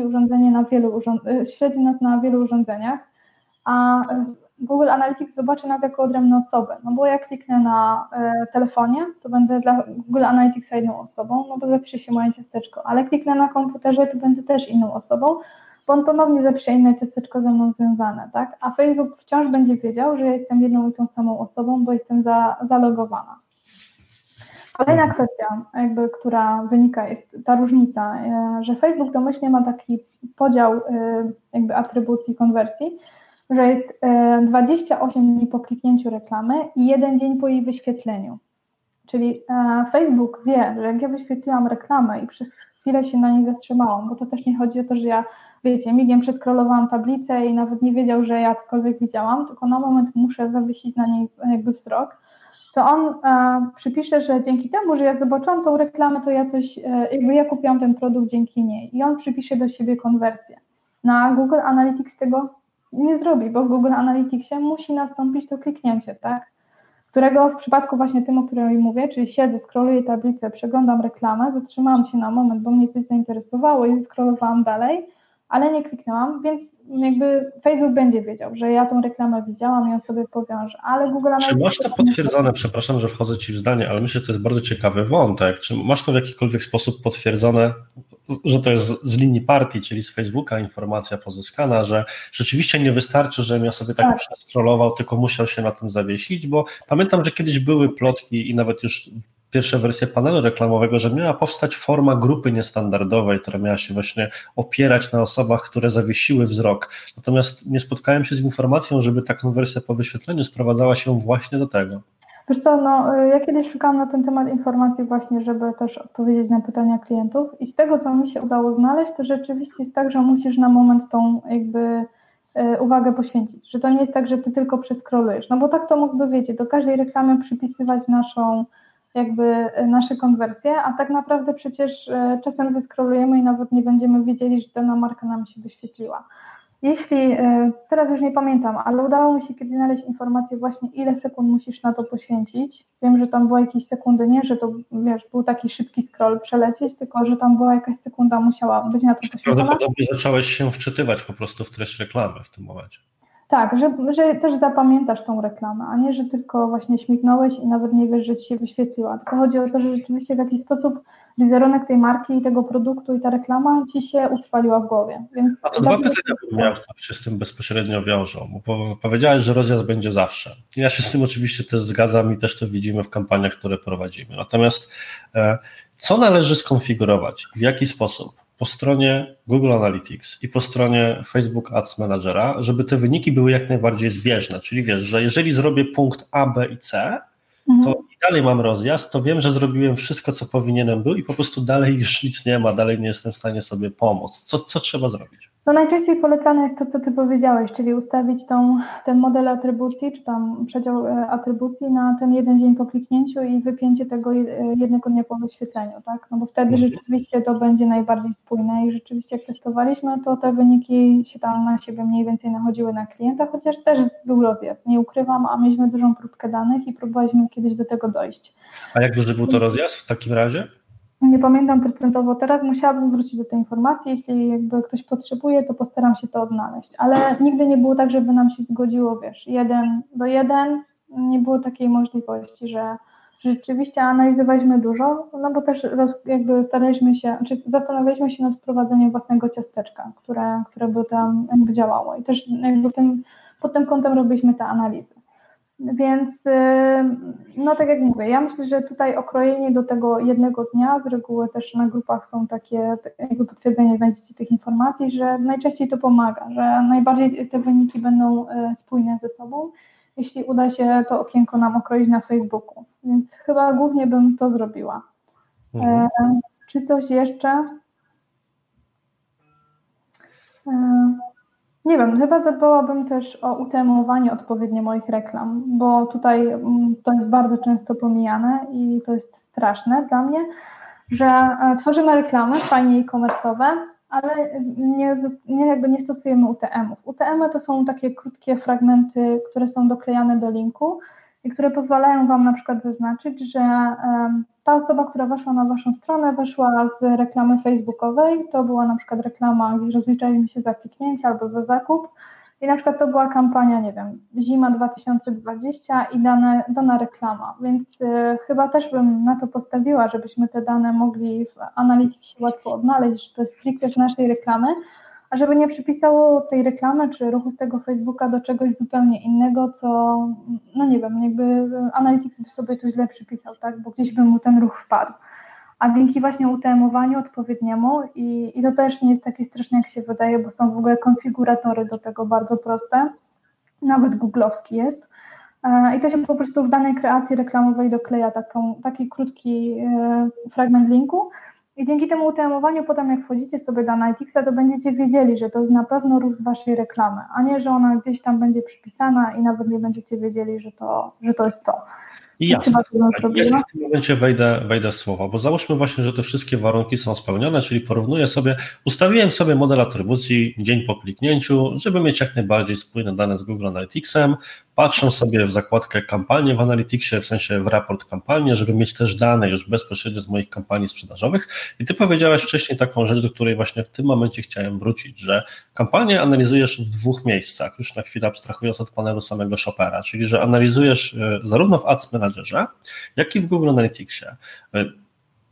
śledzi nas na wielu urządzeniach, a Google Analytics zobaczy nas jako odrębną osobę, no bo jak kliknę na telefonie, to będę dla Google Analyticsa jedną osobą, no bo zapisze się moje ciasteczko, ale kliknę na komputerze, to będę też inną osobą, bo on ponownie zapisze inne ciasteczko ze mną związane, tak? A Facebook wciąż będzie wiedział, że ja jestem jedną i tą samą osobą, bo jestem zalogowana. Kolejna kwestia, jakby, która wynika, jest ta różnica, że Facebook domyślnie ma taki podział jakby atrybucji konwersji, że jest 28 dni po kliknięciu reklamy i 1 dzień po jej wyświetleniu. Czyli Facebook wie, że jak ja wyświetliłam reklamę i przez chwilę się na niej zatrzymałam, bo to też nie chodzi o to, że ja, wiecie, migiem przeskrolowałam tablicę i nawet nie wiedział, że ja cokolwiek widziałam, tylko na moment muszę zawiesić na niej jakby wzrok, to on przypisze, że dzięki temu, że ja zobaczyłam tą reklamę, to ja coś, jakby ja kupiłam ten produkt dzięki niej i on przypisze do siebie konwersję. Na Google Analytics tego nie zrobi, bo w Google Analyticsie musi nastąpić to kliknięcie, tak? Którego w przypadku właśnie tym, o którym mówię, czyli siedzę, scrolluję tablicę, przeglądam reklamę, zatrzymałam się na moment, bo mnie coś zainteresowało i scrollowałam dalej, ale nie kliknęłam, więc jakby Facebook będzie wiedział, że ja tą reklamę widziałam i on sobie powiąże, ale Google Analytics... Czy masz to potwierdzone, przepraszam, że wchodzę Ci w zdanie, ale myślę, że to jest bardzo ciekawy wątek, czy masz to w jakikolwiek sposób potwierdzone że to jest z linii partii, czyli z Facebooka informacja pozyskana, że rzeczywiście nie wystarczy, żebym ja sobie tak przescrollował, tylko musiał się na tym zawiesić, bo pamiętam, że kiedyś były plotki i nawet już pierwsze wersje panelu reklamowego, że miała powstać forma grupy niestandardowej, która miała się właśnie opierać na osobach, które zawiesiły wzrok. Natomiast nie spotkałem się z informacją, żeby taką wersję po wyświetleniu sprowadzała się właśnie do tego. Wiesz co, ja kiedyś szukałam na ten temat informacji właśnie, żeby też odpowiedzieć na pytania klientów i z tego, co mi się udało znaleźć, to rzeczywiście jest tak, że musisz na moment tą jakby uwagę poświęcić, że to nie jest tak, że ty tylko przeskrolujesz, no bo tak to mógłby, wiecie, do każdej reklamy przypisywać nasze konwersje, a tak naprawdę przecież czasem zeskrolujemy i nawet nie będziemy wiedzieli, że dana marka nam się wyświetliła. Jeśli, teraz już nie pamiętam, ale udało mi się kiedyś znaleźć informację właśnie, ile sekund musisz na to poświęcić. Wiem, że tam były jakieś sekundy, nie, że to, wiesz, był taki szybki scroll przelecieć, tylko że tam była jakaś sekunda, musiała być na to poświęcona. Prawdopodobnie zacząłeś się wczytywać po prostu w treść reklamy w tym momencie. Tak, że też zapamiętasz tą reklamę, a nie, że tylko właśnie śmignąłeś i nawet nie wiesz, że ci się wyświetliła. Tylko chodzi o to, że rzeczywiście w jakiś sposób wizerunek tej marki i tego produktu i ta reklama ci się utrwaliła w głowie. Więc a to dwa pytania bym miał, które się z tym bezpośrednio wiążą, bo powiedziałeś, że rozjazd będzie zawsze. Ja się z tym oczywiście też zgadzam i też to widzimy w kampaniach, które prowadzimy. Natomiast co należy skonfigurować, w jaki sposób po stronie Google Analytics i po stronie Facebook Ads Managera, żeby te wyniki były jak najbardziej zbieżne, czyli wiesz, że jeżeli zrobię punkt A, B i C, to i dalej mam rozjazd, to wiem, że zrobiłem wszystko, co powinienem był i po prostu dalej już nic nie ma, dalej nie jestem w stanie sobie pomóc. Co trzeba zrobić? No najczęściej polecane jest to, co ty powiedziałeś, czyli ustawić ten model atrybucji, czy tam przedział atrybucji na ten jeden dzień po kliknięciu i wypięcie tego jednego dnia po wyświetleniu, tak? No bo wtedy rzeczywiście to będzie najbardziej spójne i rzeczywiście jak testowaliśmy, to te wyniki się tam na siebie mniej więcej nachodziły na klienta, chociaż też był rozjazd, nie ukrywam, a mieliśmy dużą próbkę danych i próbowaliśmy kiedyś do tego dojść. A jak duży był to rozjazd w takim razie? Nie pamiętam procentowo teraz, musiałabym wrócić do tej informacji, jeśli jakby ktoś potrzebuje, to postaram się to odnaleźć, ale nigdy nie było tak, żeby nam się zgodziło, wiesz, 1:1, nie było takiej możliwości, że rzeczywiście analizowaliśmy dużo, no bo też jakby zastanawialiśmy się nad wprowadzeniem własnego ciasteczka, które by tam jakby działało i też jakby pod tym kątem robiliśmy te analizy. Więc, no tak jak mówię, ja myślę, że tutaj okrojenie do tego jednego dnia, z reguły też na grupach są takie jakby potwierdzenie, znajdziecie tych informacji, że najczęściej to pomaga, że najbardziej te wyniki będą spójne ze sobą, jeśli uda się to okienko nam okroić na Facebooku. Więc chyba głównie bym to zrobiła. Czy coś jeszcze? Nie wiem, chyba zadbałabym też o utemowanie odpowiednie moich reklam, bo tutaj to jest bardzo często pomijane i to jest straszne dla mnie, że tworzymy reklamy fajnie e-commerce'owe, ale nie stosujemy UTM-ów. UTM-y to są takie krótkie fragmenty, które są doklejane do linku i które pozwalają Wam na przykład zaznaczyć, że ta osoba, która weszła na Waszą stronę, weszła z reklamy facebookowej, to była na przykład reklama, gdzie rozliczaliśmy się za kliknięcie albo za zakup i na przykład to była kampania, nie wiem, zima 2020 i dana reklama, więc chyba też bym na to postawiła, żebyśmy te dane mogli w Analyticsie łatwo odnaleźć, że to jest stricte z naszej reklamy, a żeby nie przypisało tej reklamy czy ruchu z tego Facebooka do czegoś zupełnie innego, co, no nie wiem, jakby Analytics by sobie coś źle przypisał, tak, bo gdzieś by mu ten ruch wpadł. A dzięki właśnie UTM-owaniu odpowiedniemu i to też nie jest takie straszne, jak się wydaje, bo są w ogóle konfiguratory do tego bardzo proste, nawet googlowski jest, i to się po prostu w danej kreacji reklamowej dokleja taki krótki fragment linku. I dzięki temu UTM-owaniu potem jak wchodzicie sobie do Analyticsa, to będziecie wiedzieli, że to jest na pewno ruch z Waszej reklamy, a nie, że ona gdzieś tam będzie przypisana i nawet nie będziecie wiedzieli, że to jest to. I jasne, ja w tym momencie wejdę w słowo, bo załóżmy właśnie, że te wszystkie warunki są spełnione, czyli ustawiłem sobie model atrybucji dzień po kliknięciu, żeby mieć jak najbardziej spójne dane z Google Analyticsem, patrzę sobie w zakładkę kampanie w Analyticsie, w sensie w raport kampanii, żeby mieć też dane już bezpośrednio z moich kampanii sprzedażowych i Ty powiedziałaś wcześniej taką rzecz, do której właśnie w tym momencie chciałem wrócić, że kampanię analizujesz w dwóch miejscach, już na chwilę abstrahując od panelu samego Shoppera, czyli że analizujesz zarówno w Ads Managerze, jak i w Google Analyticsie.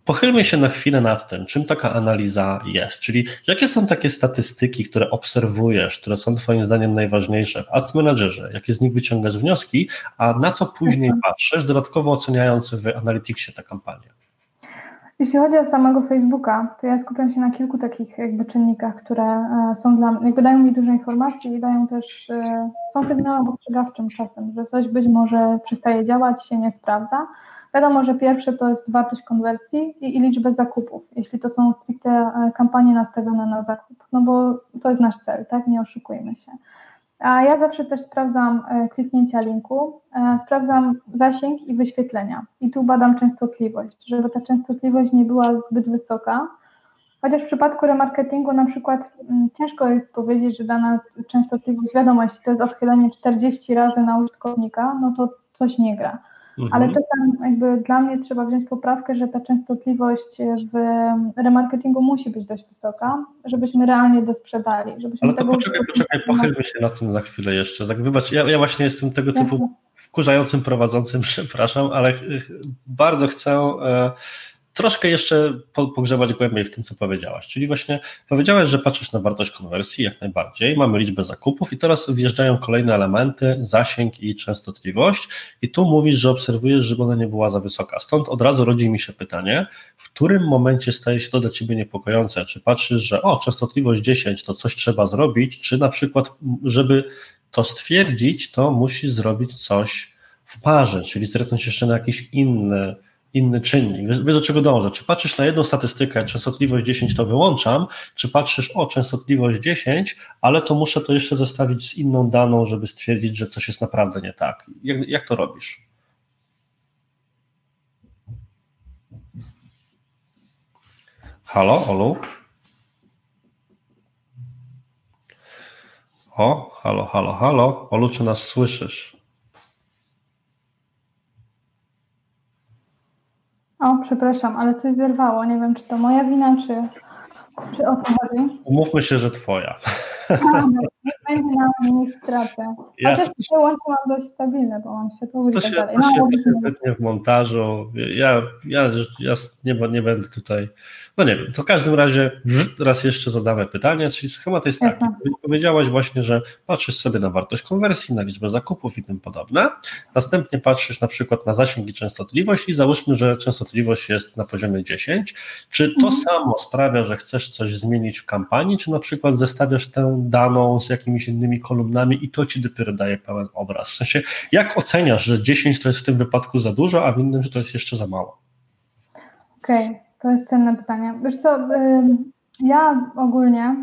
Pochylmy się na chwilę nad tym, czym taka analiza jest, czyli jakie są takie statystyki, które obserwujesz, które są twoim zdaniem najważniejsze w Ads Managerze, jakie z nich wyciągasz wnioski, a na co później patrzysz, dodatkowo oceniając w Analyticsie tę kampanię? Jeśli chodzi o samego Facebooka, to ja skupiam się na kilku takich jakby czynnikach, które są dla mnie, jakby dają mi dużo informacji i dają też, są sygnałem ostrzegawczym czasem, że coś być może przestaje działać, się nie sprawdza. Wiadomo, że pierwsze to jest wartość konwersji i liczbę zakupów, jeśli to są stricte kampanie nastawione na zakup, no bo to jest nasz cel, tak, nie oszukujmy się. A ja zawsze też sprawdzam kliknięcia linku, sprawdzam zasięg i wyświetlenia i tu badam częstotliwość, żeby ta częstotliwość nie była zbyt wysoka, chociaż w przypadku remarketingu na przykład ciężko jest powiedzieć, że dana częstotliwość, wiadomo, jeśli to jest odchylenie 40 razy na użytkownika, no to coś nie gra. Ale czasem jakby dla mnie trzeba wziąć poprawkę, że ta częstotliwość w remarketingu musi być dość wysoka, żebyśmy realnie dosprzedali. Ale to poczekaj, pochylmy się na tym za chwilę jeszcze. Tak, wybacz, ja właśnie jestem tego typu wkurzającym prowadzącym, przepraszam, ale bardzo chcę troszkę jeszcze pogrzebać głębiej w tym, co powiedziałaś. Czyli właśnie powiedziałaś, że patrzysz na wartość konwersji, jak najbardziej, mamy liczbę zakupów i teraz wjeżdżają kolejne elementy, zasięg i częstotliwość i tu mówisz, że obserwujesz, żeby ona nie była za wysoka. Stąd od razu rodzi mi się pytanie, w którym momencie staje się to dla ciebie niepokojące? Czy patrzysz, że częstotliwość 10 to coś trzeba zrobić, czy na przykład, żeby to stwierdzić, to musisz zrobić coś w parze, czyli zerknąć jeszcze na jakiś inny czynnik. Wiesz, do czego dążę? Czy patrzysz na jedną statystykę, częstotliwość 10 to wyłączam, czy patrzysz, częstotliwość 10, ale to muszę to jeszcze zestawić z inną daną, żeby stwierdzić, że coś jest naprawdę nie tak. Jak to robisz? Halo, Olu? Halo. Olu, czy nas słyszysz? Przepraszam, ale coś zerwało. Nie wiem, czy to moja wina, czy o co chodzi. Umówmy się, że twoja. Będzie na mnie stracę. Chociaż te łącze mam dość stabilne, bo mam światło i tak dalej. To się wytnie w montażu. Ja nie będę tutaj. No nie wiem, to w każdym razie raz jeszcze zadamy pytanie, czyli schemat jest taki. Powiedziałaś właśnie, że patrzysz sobie na wartość konwersji, na liczbę zakupów i tym podobne. Następnie patrzysz na przykład na zasięg i częstotliwość i załóżmy, że częstotliwość jest na poziomie 10. Czy to samo sprawia, że chcesz coś zmienić w kampanii, czy na przykład zestawiasz tę daną z jakimiś innymi kolumnami i to ci dopiero daje pełen obraz? W sensie, jak oceniasz, że 10 to jest w tym wypadku za dużo, a w innym, że to jest jeszcze za mało? Okej, to jest cenne pytanie. Wiesz co, ja ogólnie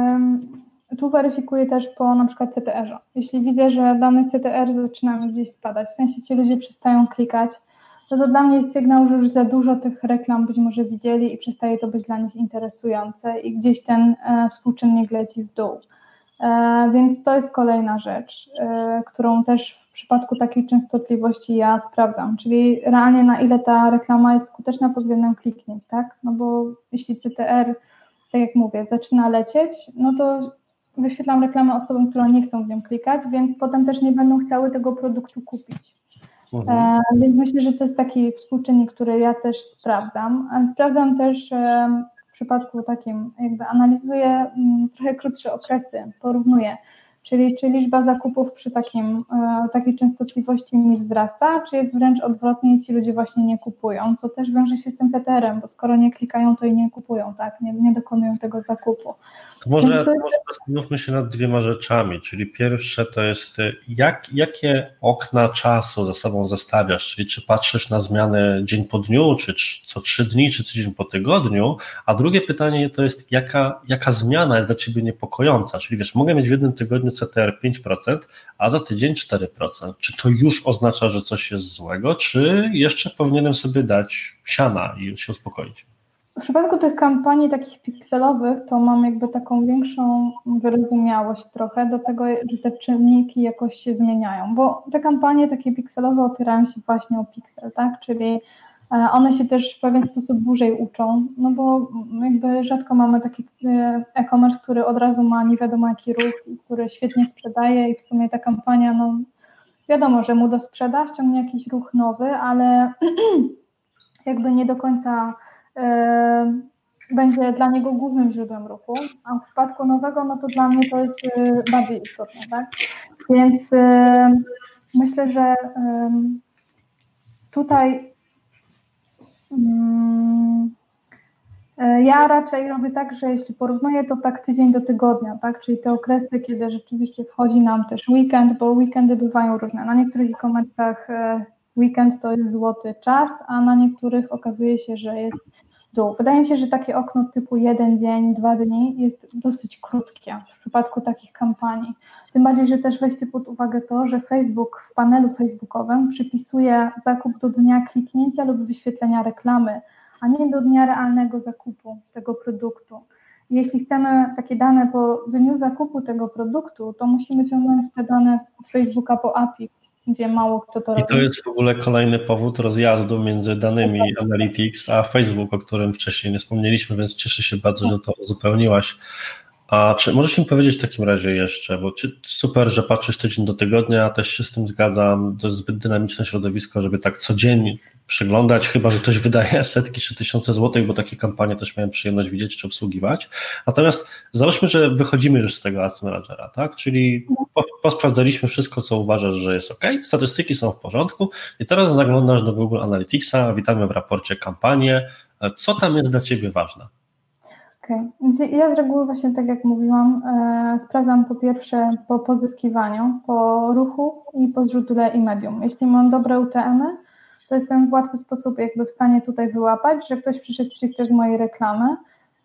tu weryfikuję też po na przykład CTR-ze. Jeśli widzę, że dany CTR zaczyna mi gdzieś spadać, w sensie ci ludzie przestają klikać, to dla mnie jest sygnał, że już za dużo tych reklam być może widzieli i przestaje to być dla nich interesujące i gdzieś ten współczynnik leci w dół. Więc to jest kolejna rzecz, którą też w przypadku takiej częstotliwości ja sprawdzam, czyli realnie na ile ta reklama jest skuteczna pod względem kliknięć, tak? No bo jeśli CTR, tak jak mówię, zaczyna lecieć, no to wyświetlam reklamę osobom, które nie chcą w nią klikać, więc potem też nie będą chciały tego produktu kupić. Więc myślę, że to jest taki współczynnik, który ja też sprawdzam. Sprawdzam też w przypadku takim, jakby analizuję trochę krótsze okresy, porównuję, czyli czy liczba zakupów przy takiej częstotliwości mi wzrasta, czy jest wręcz odwrotnie i ci ludzie właśnie nie kupują, co też wiąże się z tym CTR-em, bo skoro nie klikają, to i nie kupują, tak, nie dokonują tego zakupu. To może zastanówmy się nad dwiema rzeczami, czyli pierwsze to jest jakie okna czasu ze sobą zestawiasz, czyli czy patrzysz na zmianę dzień po dniu, czy co 3 dni, czy tydzień po tygodniu, a drugie pytanie to jest jaka zmiana jest dla ciebie niepokojąca, czyli wiesz, mogę mieć w jednym tygodniu CTR 5%, a za tydzień 4%, czy to już oznacza, że coś jest złego, czy jeszcze powinienem sobie dać siana i się uspokoić? W przypadku tych kampanii takich pikselowych to mam jakby taką większą wyrozumiałość trochę do tego, że te czynniki jakoś się zmieniają, bo te kampanie takie pikselowe opierają się właśnie o piksel, tak, czyli one się też w pewien sposób dłużej uczą, no bo jakby rzadko mamy taki e-commerce, który od razu ma nie wiadomo jaki ruch i który świetnie sprzedaje i w sumie ta kampania, no wiadomo, że mu dosprzeda, ściągnie jakiś ruch nowy, ale jakby nie do końca będzie dla niego głównym źródłem ruchu, a w przypadku nowego, no to dla mnie to jest bardziej istotne, tak? Więc myślę, że tutaj ja raczej robię tak, że jeśli porównuję, to tak tydzień do tygodnia, tak? Czyli te okresy, kiedy rzeczywiście wchodzi nam też weekend, bo weekendy bywają różne. Na niektórych e-commerce'ach weekend to jest złoty czas, a na niektórych okazuje się, że jest dół. Wydaje mi się, że takie okno typu 1 dzień, 2 dni jest dosyć krótkie w przypadku takich kampanii. Tym bardziej, że też weźcie pod uwagę to, że Facebook w panelu facebookowym przypisuje zakup do dnia kliknięcia lub wyświetlenia reklamy, a nie do dnia realnego zakupu tego produktu. Jeśli chcemy takie dane po dniu zakupu tego produktu, to musimy ciągnąć te dane od Facebooka po API, gdzie mało kto to robi. I to jest w ogóle kolejny powód rozjazdu między danymi Analytics a Facebook, o którym wcześniej nie wspomnieliśmy, więc cieszę się bardzo, że to uzupełniłaś. A czy możesz mi powiedzieć w takim razie jeszcze, bo super, że patrzysz tydzień do tygodnia, ja też się z tym zgadzam, to jest zbyt dynamiczne środowisko, żeby tak codziennie przeglądać, chyba że ktoś wydaje setki czy tysiące złotych, bo takie kampanie też miałem przyjemność widzieć czy obsługiwać. Natomiast załóżmy, że wychodzimy już z tego Ads Managera, tak? Czyli posprawdzaliśmy wszystko, co uważasz, że jest OK, statystyki są w porządku i teraz zaglądasz do Google Analyticsa, witamy w raporcie kampanię. Co tam jest dla Ciebie ważne? Okay. Ja z reguły właśnie tak jak mówiłam, sprawdzam po pierwsze po pozyskiwaniu, po ruchu i po źródle i medium. Jeśli mam dobre UTM-y, to jestem w łatwy sposób jakby w stanie tutaj wyłapać, że ktoś przyszedł stricte z mojej reklamy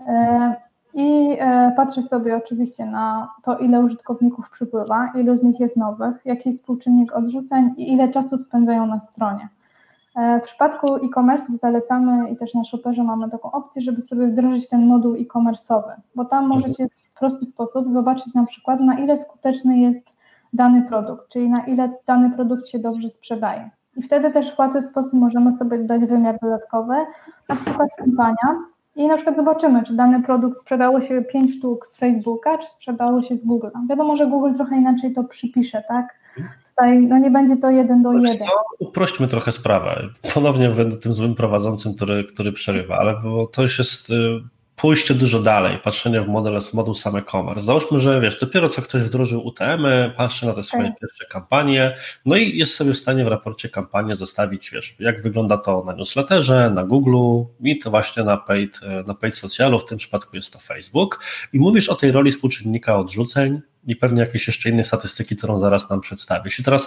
i patrzę sobie oczywiście na to, ile użytkowników przypływa, ilu z nich jest nowych, jaki jest współczynnik odrzuceń i ile czasu spędzają na stronie. W przypadku e-commerce zalecamy i też na Shopperze mamy taką opcję, żeby sobie wdrożyć ten moduł e-commerce'owy, bo tam możecie w prosty sposób zobaczyć na przykład, na ile skuteczny jest dany produkt, czyli na ile dany produkt się dobrze sprzedaje. I wtedy też w łatwy sposób możemy sobie dodać wymiar dodatkowy, na przykład kampania i na przykład zobaczymy, czy dany produkt sprzedało się 5 sztuk z Facebooka, czy sprzedało się z Google. Wiadomo, że Google trochę inaczej to przypisze, tak? Tutaj no nie będzie to 1 do 1. Uprośćmy trochę sprawę. Ponownie będę tym złym prowadzącym, który przerywa, ale bo to już jest pójście dużo dalej, patrzenie w moduł sam e-commerce. Załóżmy, że wiesz, dopiero co ktoś wdrożył UTM-y, patrzy na te swoje pierwsze kampanie, no i jest sobie w stanie w raporcie kampanię zestawić, wiesz, jak wygląda to na newsletterze, na Google'u i to właśnie na paid socialu, w tym przypadku jest to Facebook. I mówisz o tej roli współczynnika odrzuceń i pewnie jakieś jeszcze inne statystyki, którą zaraz nam przedstawisz. I teraz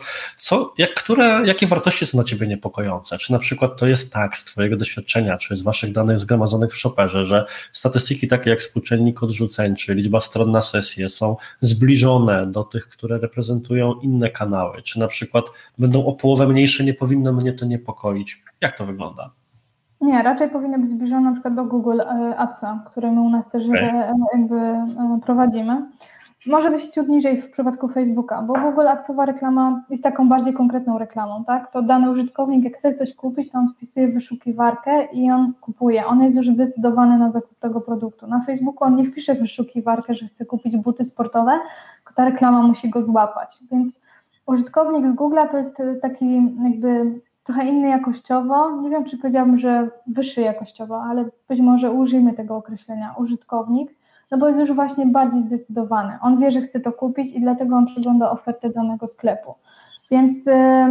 jakie wartości są dla Ciebie niepokojące? Czy na przykład to jest tak z Twojego doświadczenia, czy z Waszych danych zgromadzonych w Shopperze, że statystyki takie jak współczynnik odrzuceń, czy liczba stron na sesję są zbliżone do tych, które reprezentują inne kanały, czy na przykład będą o połowę mniejsze, nie powinno mnie to niepokoić? Jak to wygląda? Nie, raczej powinny być zbliżone na przykład do Google Adsa, które my u nas też jakby prowadzimy. Może być ciut niżej w przypadku Facebooka, bo Google Adsowa reklama jest taką bardziej konkretną reklamą, tak? To dany użytkownik, jak chce coś kupić, to on wpisuje w wyszukiwarkę i on kupuje. On jest już zdecydowany na zakup tego produktu. Na Facebooku on nie wpisze w wyszukiwarkę, że chce kupić buty sportowe, tylko ta reklama musi go złapać. Więc użytkownik z Google'a to jest taki jakby trochę inny jakościowo. Nie wiem, czy powiedziałabym, że wyższy jakościowo, ale być może użyjmy tego określenia użytkownik, no bo jest już właśnie bardziej zdecydowany. On wie, że chce to kupić i dlatego on przegląda ofertę danego sklepu. Więc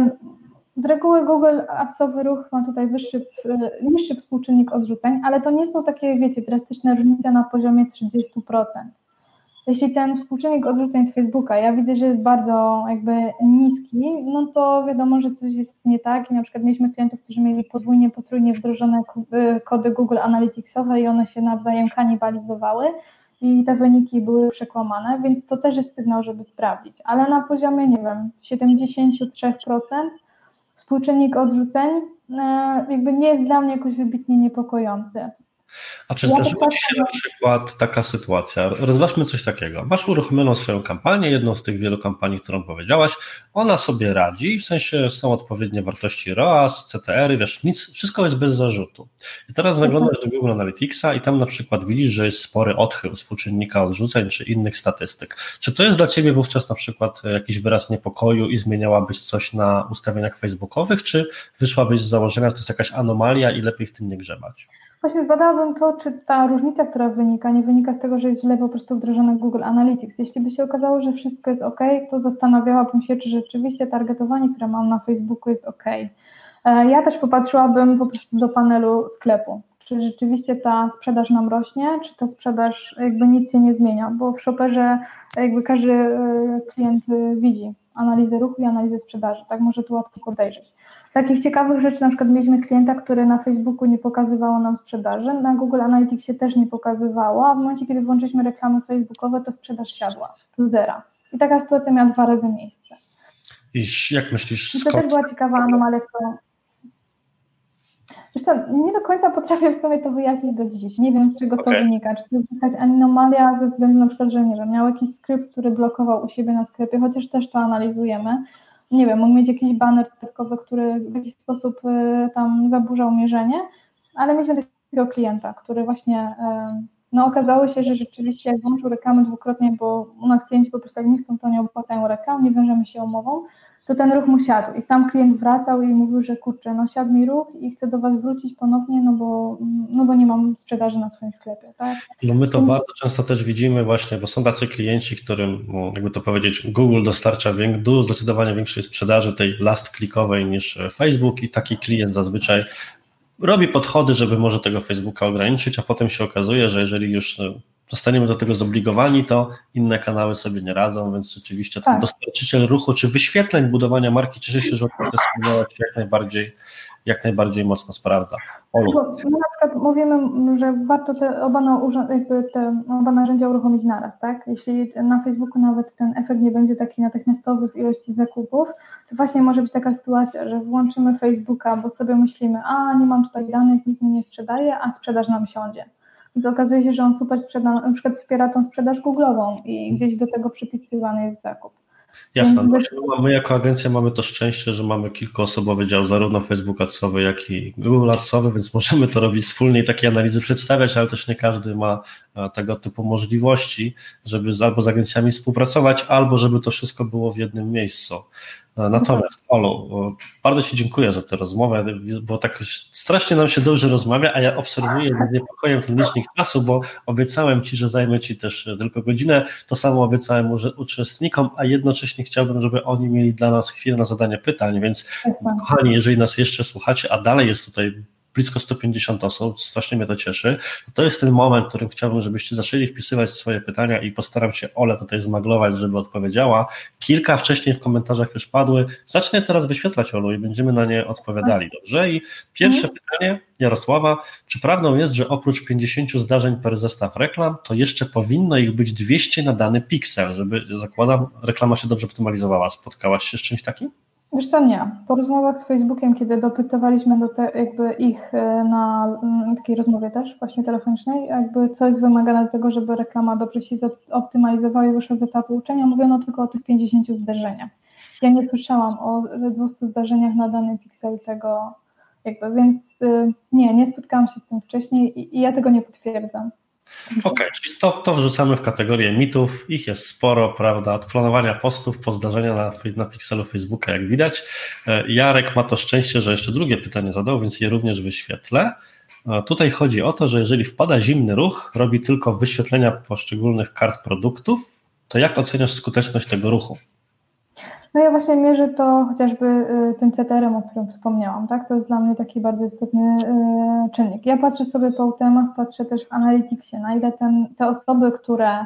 z reguły Google Adsowy ruch ma tutaj niższy współczynnik odrzuceń, ale to nie są takie, wiecie, drastyczne różnice na poziomie 30%. Jeśli ten współczynnik odrzuceń z Facebooka, ja widzę, że jest bardzo jakby niski, no to wiadomo, że coś jest nie tak i na przykład mieliśmy klientów, którzy mieli podwójnie, potrójnie wdrożone kody Google Analyticsowe i one się nawzajem kanibalizowały i te wyniki były przekłamane, więc to też jest sygnał, żeby sprawdzić, ale na poziomie, nie wiem, 73% współczynnik odrzuceń jakby nie jest dla mnie jakoś wybitnie niepokojący. A czy zdarzyła Ci się na przykład taka sytuacja, rozważmy coś takiego, masz uruchomioną swoją kampanię, jedną z tych wielu kampanii, którą powiedziałaś, ona sobie radzi, w sensie są odpowiednie wartości ROAS, CTR-y, wiesz, wszystko jest bez zarzutu. I teraz zaglądasz do Google Analyticsa i tam na przykład widzisz, że jest spory odchył współczynnika odrzuceń czy innych statystyk. Czy to jest dla Ciebie wówczas na przykład jakiś wyraz niepokoju i zmieniałabyś coś na ustawieniach facebookowych, czy wyszłabyś z założenia, że to jest jakaś anomalia i lepiej w tym nie grzebać? Właśnie zbadałabym to, czy ta różnica, która wynika, nie wynika z tego, że jest źle po prostu wdrożony Google Analytics. Jeśli by się okazało, że wszystko jest OK, to zastanawiałabym się, czy rzeczywiście targetowanie, które mam na Facebooku, jest OK. Ja też popatrzyłabym po prostu do panelu sklepu. Czy rzeczywiście ta sprzedaż nam rośnie, czy ta sprzedaż jakby nic się nie zmienia, bo w Shopperze jakby każdy klient widzi analizę ruchu i analizę sprzedaży, tak może to łatwo podejrzeć. Z takich ciekawych rzeczy, na przykład mieliśmy klienta, który na Facebooku nie pokazywało nam sprzedaży, na Google Analyticsie też nie pokazywało, a w momencie, kiedy włączyliśmy reklamy facebookowe, to sprzedaż siadła do zera. I taka sytuacja miała 2 razy miejsce. I jak myślisz, I to też była ciekawa anomalia, którą... Zresztą nie do końca potrafię w sumie to wyjaśnić do dziś. Nie wiem, z czego to wynika. Czy to jest jakaś anomalia ze względu na przykład, że nie wiem, miał jakiś skrypt, który blokował u siebie na sklepie, chociaż też to analizujemy. Nie wiem, mógł mieć jakiś baner dodatkowy, który w jakiś sposób tam zaburzał mierzenie, ale mieliśmy takiego klienta, który właśnie, no okazało się, że rzeczywiście jak włączył reklamy dwukrotnie, bo u nas klienci po prostu jak nie chcą, to nie opłacają reklam, nie wiążemy się umową, to ten ruch mu siadł i sam klient wracał i mówił, że kurczę, no siadł mi ruch i chcę do Was wrócić ponownie, no bo nie mam sprzedaży na swoim sklepie, tak? No my to bardzo często też widzimy właśnie, bo są tacy klienci, którym, jakby to powiedzieć, Google dostarcza zdecydowanie większej sprzedaży tej last clickowej niż Facebook i taki klient zazwyczaj robi podchody, żeby może tego Facebooka ograniczyć, a potem się okazuje, że jeżeli już zostaniemy do tego zobligowani, to inne kanały sobie nie radzą, więc rzeczywiście ten dostarczyciel ruchu czy wyświetleń budowania marki, cieszę się, że to się jak najbardziej mocno sprawdza. Olu. My na przykład mówimy, że warto te oba narzędzia uruchomić naraz, tak? Jeśli na Facebooku nawet ten efekt nie będzie taki natychmiastowy w ilości zakupów, to właśnie może być taka sytuacja, że włączymy Facebooka, bo sobie myślimy, nie mam tutaj danych, nic mi nie sprzedaje, a sprzedaż nam siądzie. Więc okazuje się, że on super sprzeda, na przykład wspiera tą sprzedaż Googlową i gdzieś do tego przypisywany jest zakup. Jasne, no, my jako agencja mamy to szczęście, że mamy kilkuosobowy dział, zarówno Facebook Adsowy, jak i Google Adsowy, więc możemy to robić wspólnie i takie analizy przedstawiać, ale też nie każdy ma tego typu możliwości, żeby albo z agencjami współpracować, albo żeby to wszystko było w jednym miejscu. Natomiast Olu, bardzo Ci dziękuję za tę rozmowę, bo tak już strasznie nam się dobrze rozmawia, a ja obserwuję z niepokojem ten licznik czasu, bo obiecałem Ci, że zajmę Ci też tylko godzinę, to samo obiecałem uczestnikom, a jednocześnie chciałbym, żeby oni mieli dla nas chwilę na zadanie pytań, więc kochani, jeżeli nas jeszcze słuchacie, a dalej jest tutaj blisko 150 osób, strasznie mnie to cieszy, to jest ten moment, w którym chciałbym, żebyście zaczęli wpisywać swoje pytania i postaram się Olę tutaj zmaglować, żeby odpowiedziała. Kilka wcześniej w komentarzach już padły. Zacznę teraz wyświetlać, Olu, i będziemy na nie odpowiadali, dobrze? I pierwsze pytanie Jarosława. Czy prawdą jest, że oprócz 50 zdarzeń per zestaw reklam, to jeszcze powinno ich być 200 na dany piksel, żeby, zakładam, reklama się dobrze optymalizowała? Spotkałaś się z czymś takim? Wiesz co, nie. Po rozmowach z Facebookiem, kiedy dopytowaliśmy jakby ich na takiej rozmowie też właśnie telefonicznej, jakby co jest wymagane do tego, żeby reklama dobrze się optymalizowała i wyszła z etapu uczenia, mówiono tylko o tych 50 zdarzeniach. Ja nie słyszałam o 200 zdarzeniach na dany piksel tego jakby, więc nie spotkałam się z tym wcześniej i ja tego nie potwierdzam. Okej, czyli to wrzucamy w kategorię mitów, ich jest sporo, prawda, od planowania postów po zdarzenia na pikselu Facebooka, jak widać. Jarek ma to szczęście, że jeszcze drugie pytanie zadał, więc je również wyświetlę. Tutaj chodzi o to, że jeżeli wpada zimny ruch, robi tylko wyświetlenia poszczególnych kart produktów, to jak oceniasz skuteczność tego ruchu? No ja właśnie mierzę to chociażby tym CTR-em, o którym wspomniałam, tak? To jest dla mnie taki bardzo istotny czynnik. Ja patrzę sobie po UTM-ach, patrzę też w Analyticsie, na ile te osoby, które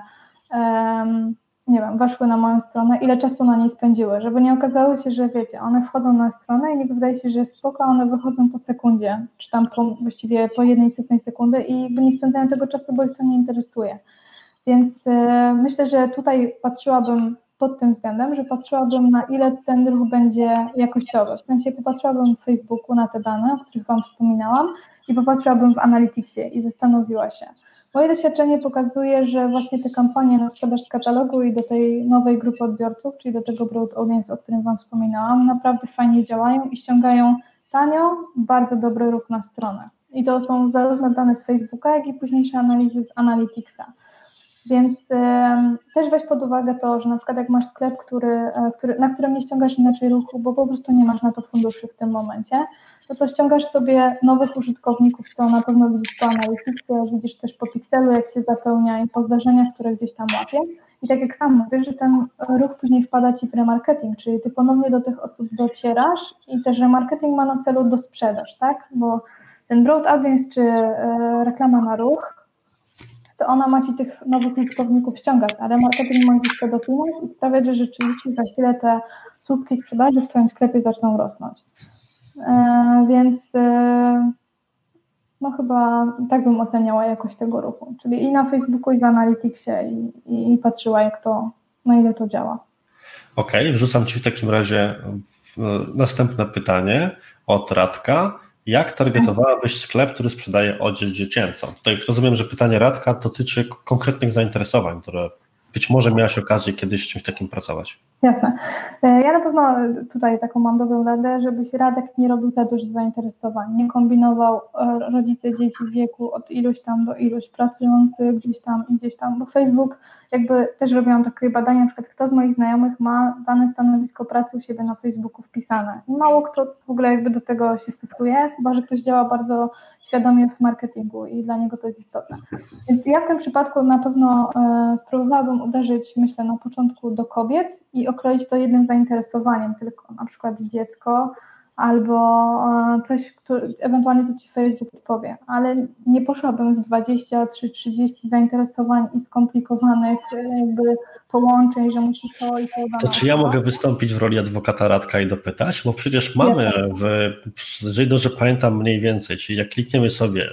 nie wiem, weszły na moją stronę, ile czasu na niej spędziły, żeby nie okazało się, że wiecie, one wchodzą na stronę i wydaje się, że jest spoko, a one wychodzą po sekundzie, czy tam właściwie po 1/100 sekundy i jakby nie spędzają tego czasu, bo ich to nie interesuje. Więc myślę, że tutaj patrzyłabym pod tym względem, że patrzyłabym na ile ten ruch będzie jakościowy. W sensie popatrzyłabym w Facebooku na te dane, o których Wam wspominałam i popatrzyłabym w Analyticsie i zastanowiła się. Moje doświadczenie pokazuje, że właśnie te kampanie na sprzedaż z katalogu i do tej nowej grupy odbiorców, czyli do tego broad audience, o którym Wam wspominałam, naprawdę fajnie działają i ściągają tanio, bardzo dobry ruch na stronę. I to są zarówno dane z Facebooka, jak i późniejsze analizy z Analyticsa. Więc też weź pod uwagę to, że na przykład jak masz sklep, na którym nie ściągasz inaczej ruchu, bo po prostu nie masz na to funduszy w tym momencie, to ściągasz sobie nowych użytkowników, co na pewno widzisz po analityce, widzisz też po pikselu, jak się zapełnia i po zdarzeniach, które gdzieś tam łapie. I tak jak sam mówisz, że ten ruch później wpada ci w remarketing, czyli ty ponownie do tych osób docierasz i też remarketing ma na celu dosprzedaż, tak? Bo ten broad audience czy reklama na ruch, to ona ma ci tych nowych użytkowników ściągać, a remarketing ma gdzieś to dopinać i sprawiać, że rzeczywiście za chwilę te słupki sprzedaży w twoim sklepie zaczną rosnąć. Więc no chyba tak bym oceniała jakość tego ruchu, czyli i na Facebooku, i w Analyticsie i patrzyła na ile to działa. Okej, wrzucam Ci w takim razie następne pytanie od Radka. Jak targetowałabyś sklep, który sprzedaje odzież dziecięcą? Tutaj rozumiem, że pytanie Radka dotyczy konkretnych zainteresowań, które być może miałaś okazję kiedyś z czymś takim pracować. Jasne. Ja na pewno tutaj taką mam dobrą radę, żebyś Radek nie robił za dużo zainteresowań, nie kombinował rodzice dzieci w wieku od iluś tam do iluś, pracujący gdzieś tam, bo Facebook jakby też robiłam takie badania, na przykład kto z moich znajomych ma dane stanowisko pracy u siebie na Facebooku wpisane i mało kto w ogóle jakby do tego się stosuje, chyba że ktoś działa bardzo świadomie w marketingu i dla niego to jest istotne. Więc ja w tym przypadku na pewno spróbowałabym uderzyć, myślę, na początku do kobiet i okroić to jednym zainteresowaniem, tylko na przykład dziecko albo coś, ewentualnie co ci Facebook powie, ale nie poszłabym w 23-30 zainteresowań i skomplikowanych jakby połączeń, że musi to i to dane. To czy ja mogę wystąpić w roli adwokata Radka i dopytać? Bo przecież mamy, jeżeli dobrze pamiętam mniej więcej, czyli jak klikniemy sobie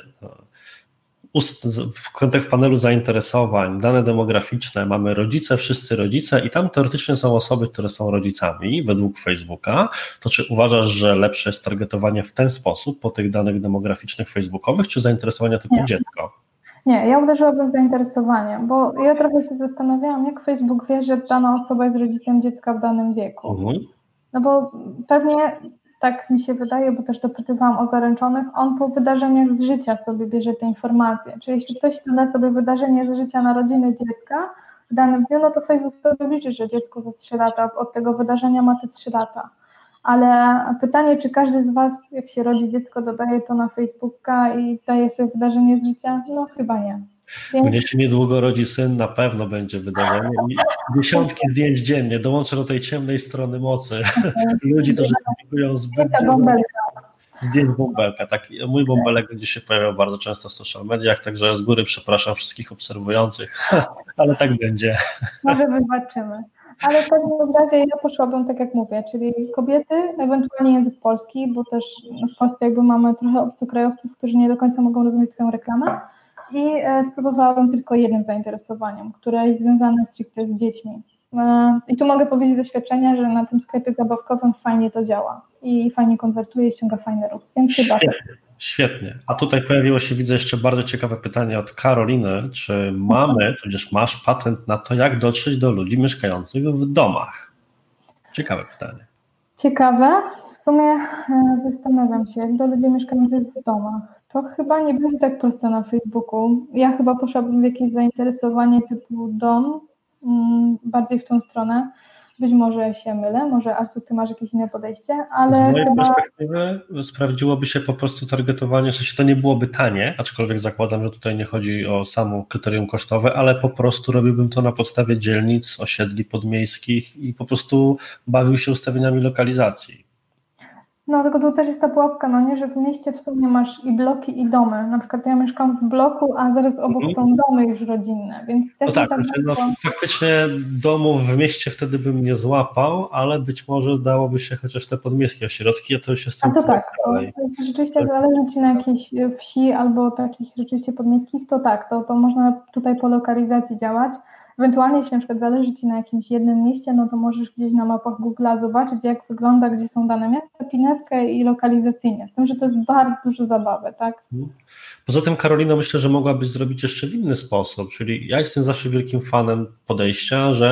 w panelu zainteresowań, dane demograficzne, mamy rodzice, wszyscy rodzice i tam teoretycznie są osoby, które są rodzicami według Facebooka, to czy uważasz, że lepsze jest targetowanie w ten sposób po tych danych demograficznych facebookowych, czy zainteresowania typu dziecko? Nie, ja uderzyłabym w zainteresowanie, bo ja trochę się zastanawiałam, jak Facebook wie, że dana osoba jest rodzicem dziecka w danym wieku. No bo pewnie tak mi się wydaje, bo też dopytywałam o zaręczonych, on po wydarzeniach z życia sobie bierze te informacje. Czyli jeśli ktoś da sobie wydarzenie z życia narodziny dziecka w danym dniu, no to Facebook sobie liczy, że dziecko za 3 lata od tego wydarzenia ma te 3 lata. Ale pytanie, czy każdy z Was, jak się rodzi dziecko, dodaje to na Facebooka i daje sobie wydarzenie z życia? No chyba nie. Mnie się niedługo rodzi syn, na pewno będzie wydarzenie. Dziesiątki zdjęć dziennie, dołączę do tej ciemnej strony mocy. Ludzi, którzy publikują zbyt dużo zdjęć bąbelka. Tak, mój bąbelek będzie się pojawiał bardzo często w social mediach, także z góry przepraszam wszystkich obserwujących, ale tak będzie. Może wybaczymy. Ale w każdym razie ja poszłabym tak jak mówię, czyli kobiety, ewentualnie język polski, bo też w Polsce jakby mamy trochę obcokrajowców, którzy nie do końca mogą rozumieć twoją reklamę i spróbowałabym tylko jednym zainteresowaniem, które jest związane stricte z dziećmi. I tu mogę powiedzieć z doświadczenia, że na tym sklepie zabawkowym fajnie to działa i fajnie konwertuje i ściąga fajny ruch. Więc Świetnie. A tutaj pojawiło się, widzę, jeszcze bardzo ciekawe pytanie od Karoliny. Czy mamy, tudzież masz patent na to, jak dotrzeć do ludzi mieszkających w domach? Ciekawe pytanie. Ciekawe. W sumie zastanawiam się, jak do ludzi mieszkających w domach. To chyba nie będzie tak proste na Facebooku. Ja chyba poszłabym w jakieś zainteresowanie typu dom, bardziej w tą stronę. Być może się mylę, może Artur, ty masz jakieś inne podejście, ale z mojej perspektywy sprawdziłoby się po prostu targetowanie, w sensie to nie byłoby tanie, aczkolwiek zakładam, że tutaj nie chodzi o samo kryterium kosztowe, ale po prostu robiłbym to na podstawie dzielnic, osiedli podmiejskich i po prostu bawił się ustawieniami lokalizacji. No, tylko tu też jest ta pułapka, no nie, że w mieście w sumie masz i bloki, i domy. Na przykład ja mieszkam w bloku, a zaraz obok są domy już rodzinne, więc też... No tak, faktycznie domów w mieście wtedy bym nie złapał, ale być może dałoby się chociaż te podmiejskie ośrodki, a to już jest... A to tak, to rzeczywiście zależy ci na jakiejś wsi albo takich rzeczywiście podmiejskich, to tak, to można tutaj po lokalizacji działać. Ewentualnie, jeśli na przykład zależy ci na jakimś jednym mieście, no to możesz gdzieś na mapach Google'a zobaczyć, jak wygląda, gdzie są dane miasta, pineskę i lokalizacyjnie. Z tym, że to jest bardzo dużo zabawy, tak? Poza tym, Karolina, myślę, że mogłabyś zrobić jeszcze w inny sposób, czyli ja jestem zawsze wielkim fanem podejścia, że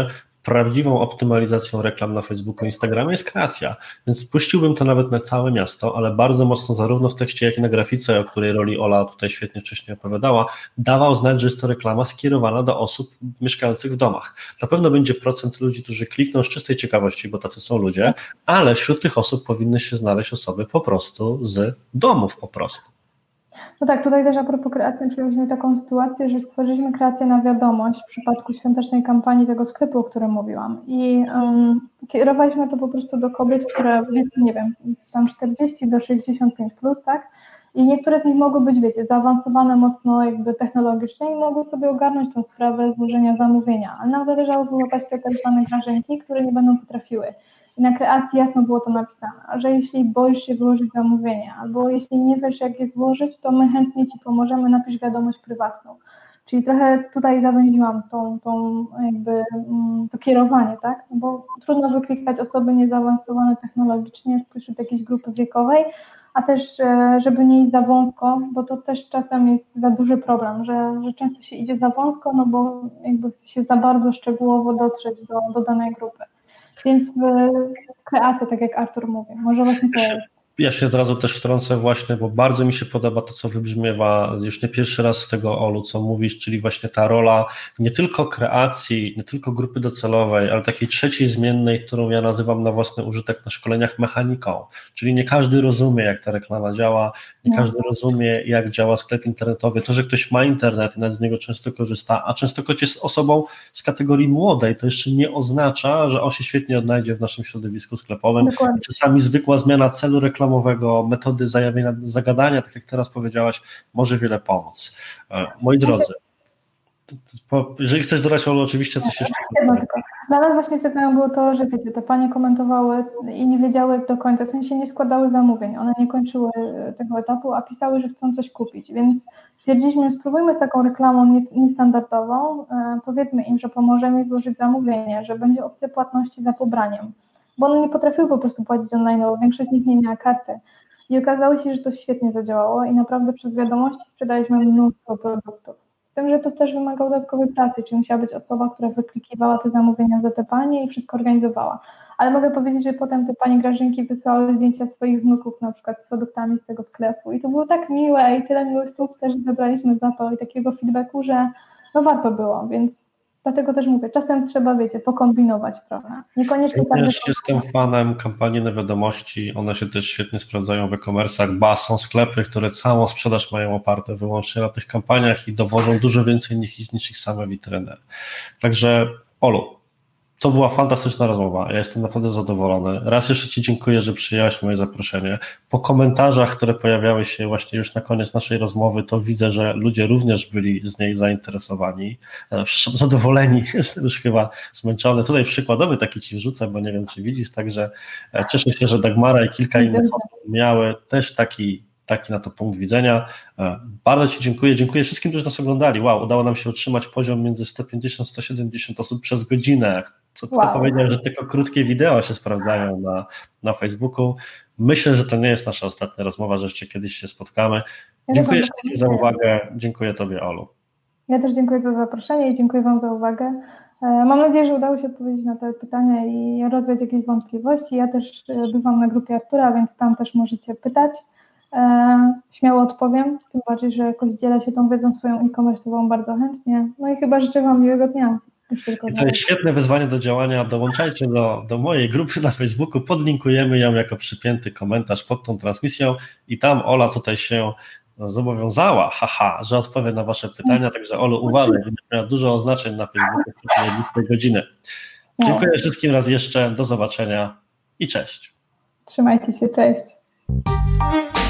prawdziwą optymalizacją reklam na Facebooku i Instagramie jest kreacja, więc puściłbym to nawet na całe miasto, ale bardzo mocno zarówno w tekście, jak i na grafice, o której roli Ola tutaj świetnie wcześniej opowiadała, dawał znać, że jest to reklama skierowana do osób mieszkających w domach. Na pewno będzie procent ludzi, którzy klikną z czystej ciekawości, bo tacy są ludzie, ale wśród tych osób powinny się znaleźć osoby po prostu z domów po prostu. No tak, tutaj też a propos kreacji przyjęliśmy taką sytuację, że stworzyliśmy kreację na wiadomość w przypadku świątecznej kampanii tego sklepu, o którym mówiłam i kierowaliśmy to po prostu do kobiet, które, nie wiem, tam 40 do 65 plus, tak? I niektóre z nich mogły być, wiecie, zaawansowane mocno jakby technologicznie i mogły sobie ogarnąć tą sprawę złożenia zamówienia, ale nam zależało wyłapać te tak zwane grażynki, które nie będą potrafiły. I na kreacji jasno było to napisane, że jeśli boisz się wyłożyć zamówienie, albo jeśli nie wiesz, jak je złożyć, to my chętnie Ci pomożemy, napisz wiadomość prywatną. Czyli trochę tutaj zawęziłam to kierowanie, tak? No bo trudno wyklikać osoby niezaawansowane technologicznie spośród jakiejś grupy wiekowej, a też, żeby nie iść za wąsko, bo to też czasem jest za duży problem, że często się idzie za wąsko, no bo jakby chce się za bardzo szczegółowo dotrzeć do danej grupy. Więc kreacja, tak jak Artur mówi, może właśnie to jest. Ja się od razu też wtrącę właśnie, bo bardzo mi się podoba to, co wybrzmiewa już nie pierwszy raz z tego, Olu, co mówisz, czyli właśnie ta rola nie tylko kreacji, nie tylko grupy docelowej, ale takiej trzeciej zmiennej, którą ja nazywam na własny użytek na szkoleniach mechaniką, czyli nie każdy rozumie, jak ta reklama działa, nie każdy rozumie, jak działa sklep internetowy. To, że ktoś ma internet i nawet z niego często korzysta, a częstokroć jest osobą z kategorii młodej, to jeszcze nie oznacza, że on się świetnie odnajdzie w naszym środowisku sklepowym. Dokładnie. Czasami zwykła zmiana celu reklamowego, metody zajawienia zagadania, tak jak teraz powiedziałaś, może wiele pomóc. Moi drodzy, jeżeli chcesz dodać, Olu, oczywiście coś jeszcze. Dla nas właśnie sygnałem było to, że wiecie, te panie komentowały i nie wiedziały do końca, w sensie nie składały zamówień, one nie kończyły tego etapu, a pisały, że chcą coś kupić, więc stwierdziliśmy, spróbujmy z taką reklamą niestandardową, powiedzmy im, że pomożemy im złożyć zamówienie, że będzie opcja płatności za pobraniem, bo one nie potrafiły po prostu płacić online, bo większość z nich nie miała karty. I okazało się, że to świetnie zadziałało i naprawdę przez wiadomości sprzedaliśmy mnóstwo produktów. Z tym, że to też wymagało dodatkowej pracy, czyli musiała być osoba, która wyklikiwała te zamówienia za te panie i wszystko organizowała. Ale mogę powiedzieć, że potem te panie Grażynki wysłały zdjęcia swoich wnuków na przykład z produktami z tego sklepu i to było tak miłe i tyle miłych słów też wybraliśmy za to i takiego feedbacku, że no warto było, więc dlatego też mówię, czasem trzeba, wiecie, pokombinować trochę. Niekoniecznie ja też jestem fanem kampanii na wiadomości, one się też świetnie sprawdzają w e-commerce'ach, ba, są sklepy, które całą sprzedaż mają oparte wyłącznie na tych kampaniach i dowożą dużo więcej niż ich same witryny. Także Olu, to była fantastyczna rozmowa, ja jestem naprawdę zadowolony. Raz jeszcze Ci dziękuję, że przyjęłaś moje zaproszenie. Po komentarzach, które pojawiały się właśnie już na koniec naszej rozmowy, to widzę, że ludzie również byli z niej zainteresowani, zadowoleni, jestem już chyba zmęczony. Tutaj przykładowy taki Ci wrzucę, bo nie wiem, czy widzisz, także cieszę się, że Dagmara i kilka innych osób miały też taki na to punkt widzenia. Bardzo Ci dziękuję. Dziękuję wszystkim, którzy nas oglądali. Wow, udało nam się utrzymać poziom między 150-170 osób przez godzinę. Kto powiedział, że tylko krótkie wideo się sprawdzają na Facebooku. Myślę, że to nie jest nasza ostatnia rozmowa, że jeszcze kiedyś się spotkamy. Dziękuję wszystkim za uwagę. Dziękuję Tobie, Olu. Ja też dziękuję za zaproszenie i dziękuję Wam za uwagę. Mam nadzieję, że udało się odpowiedzieć na te pytania i rozwiać jakieś wątpliwości. Ja też bywam na grupie Artura, więc tam też możecie pytać. Śmiało odpowiem, tym bardziej, że jakoś dzielę się tą wiedzą swoją e-commerce'ową bardzo chętnie. No i chyba życzę Wam miłego dnia. I to jest świetne wyzwanie do działania. Dołączajcie do mojej grupy na Facebooku, podlinkujemy ją jako przypięty komentarz pod tą transmisją i tam Ola tutaj się zobowiązała, że odpowie na Wasze pytania, także Olu, uważaj, będziesz miała dużo oznaczeń na Facebooku w najbliższej godziny. Dziękuję wszystkim raz jeszcze, do zobaczenia i cześć. Trzymajcie się, cześć.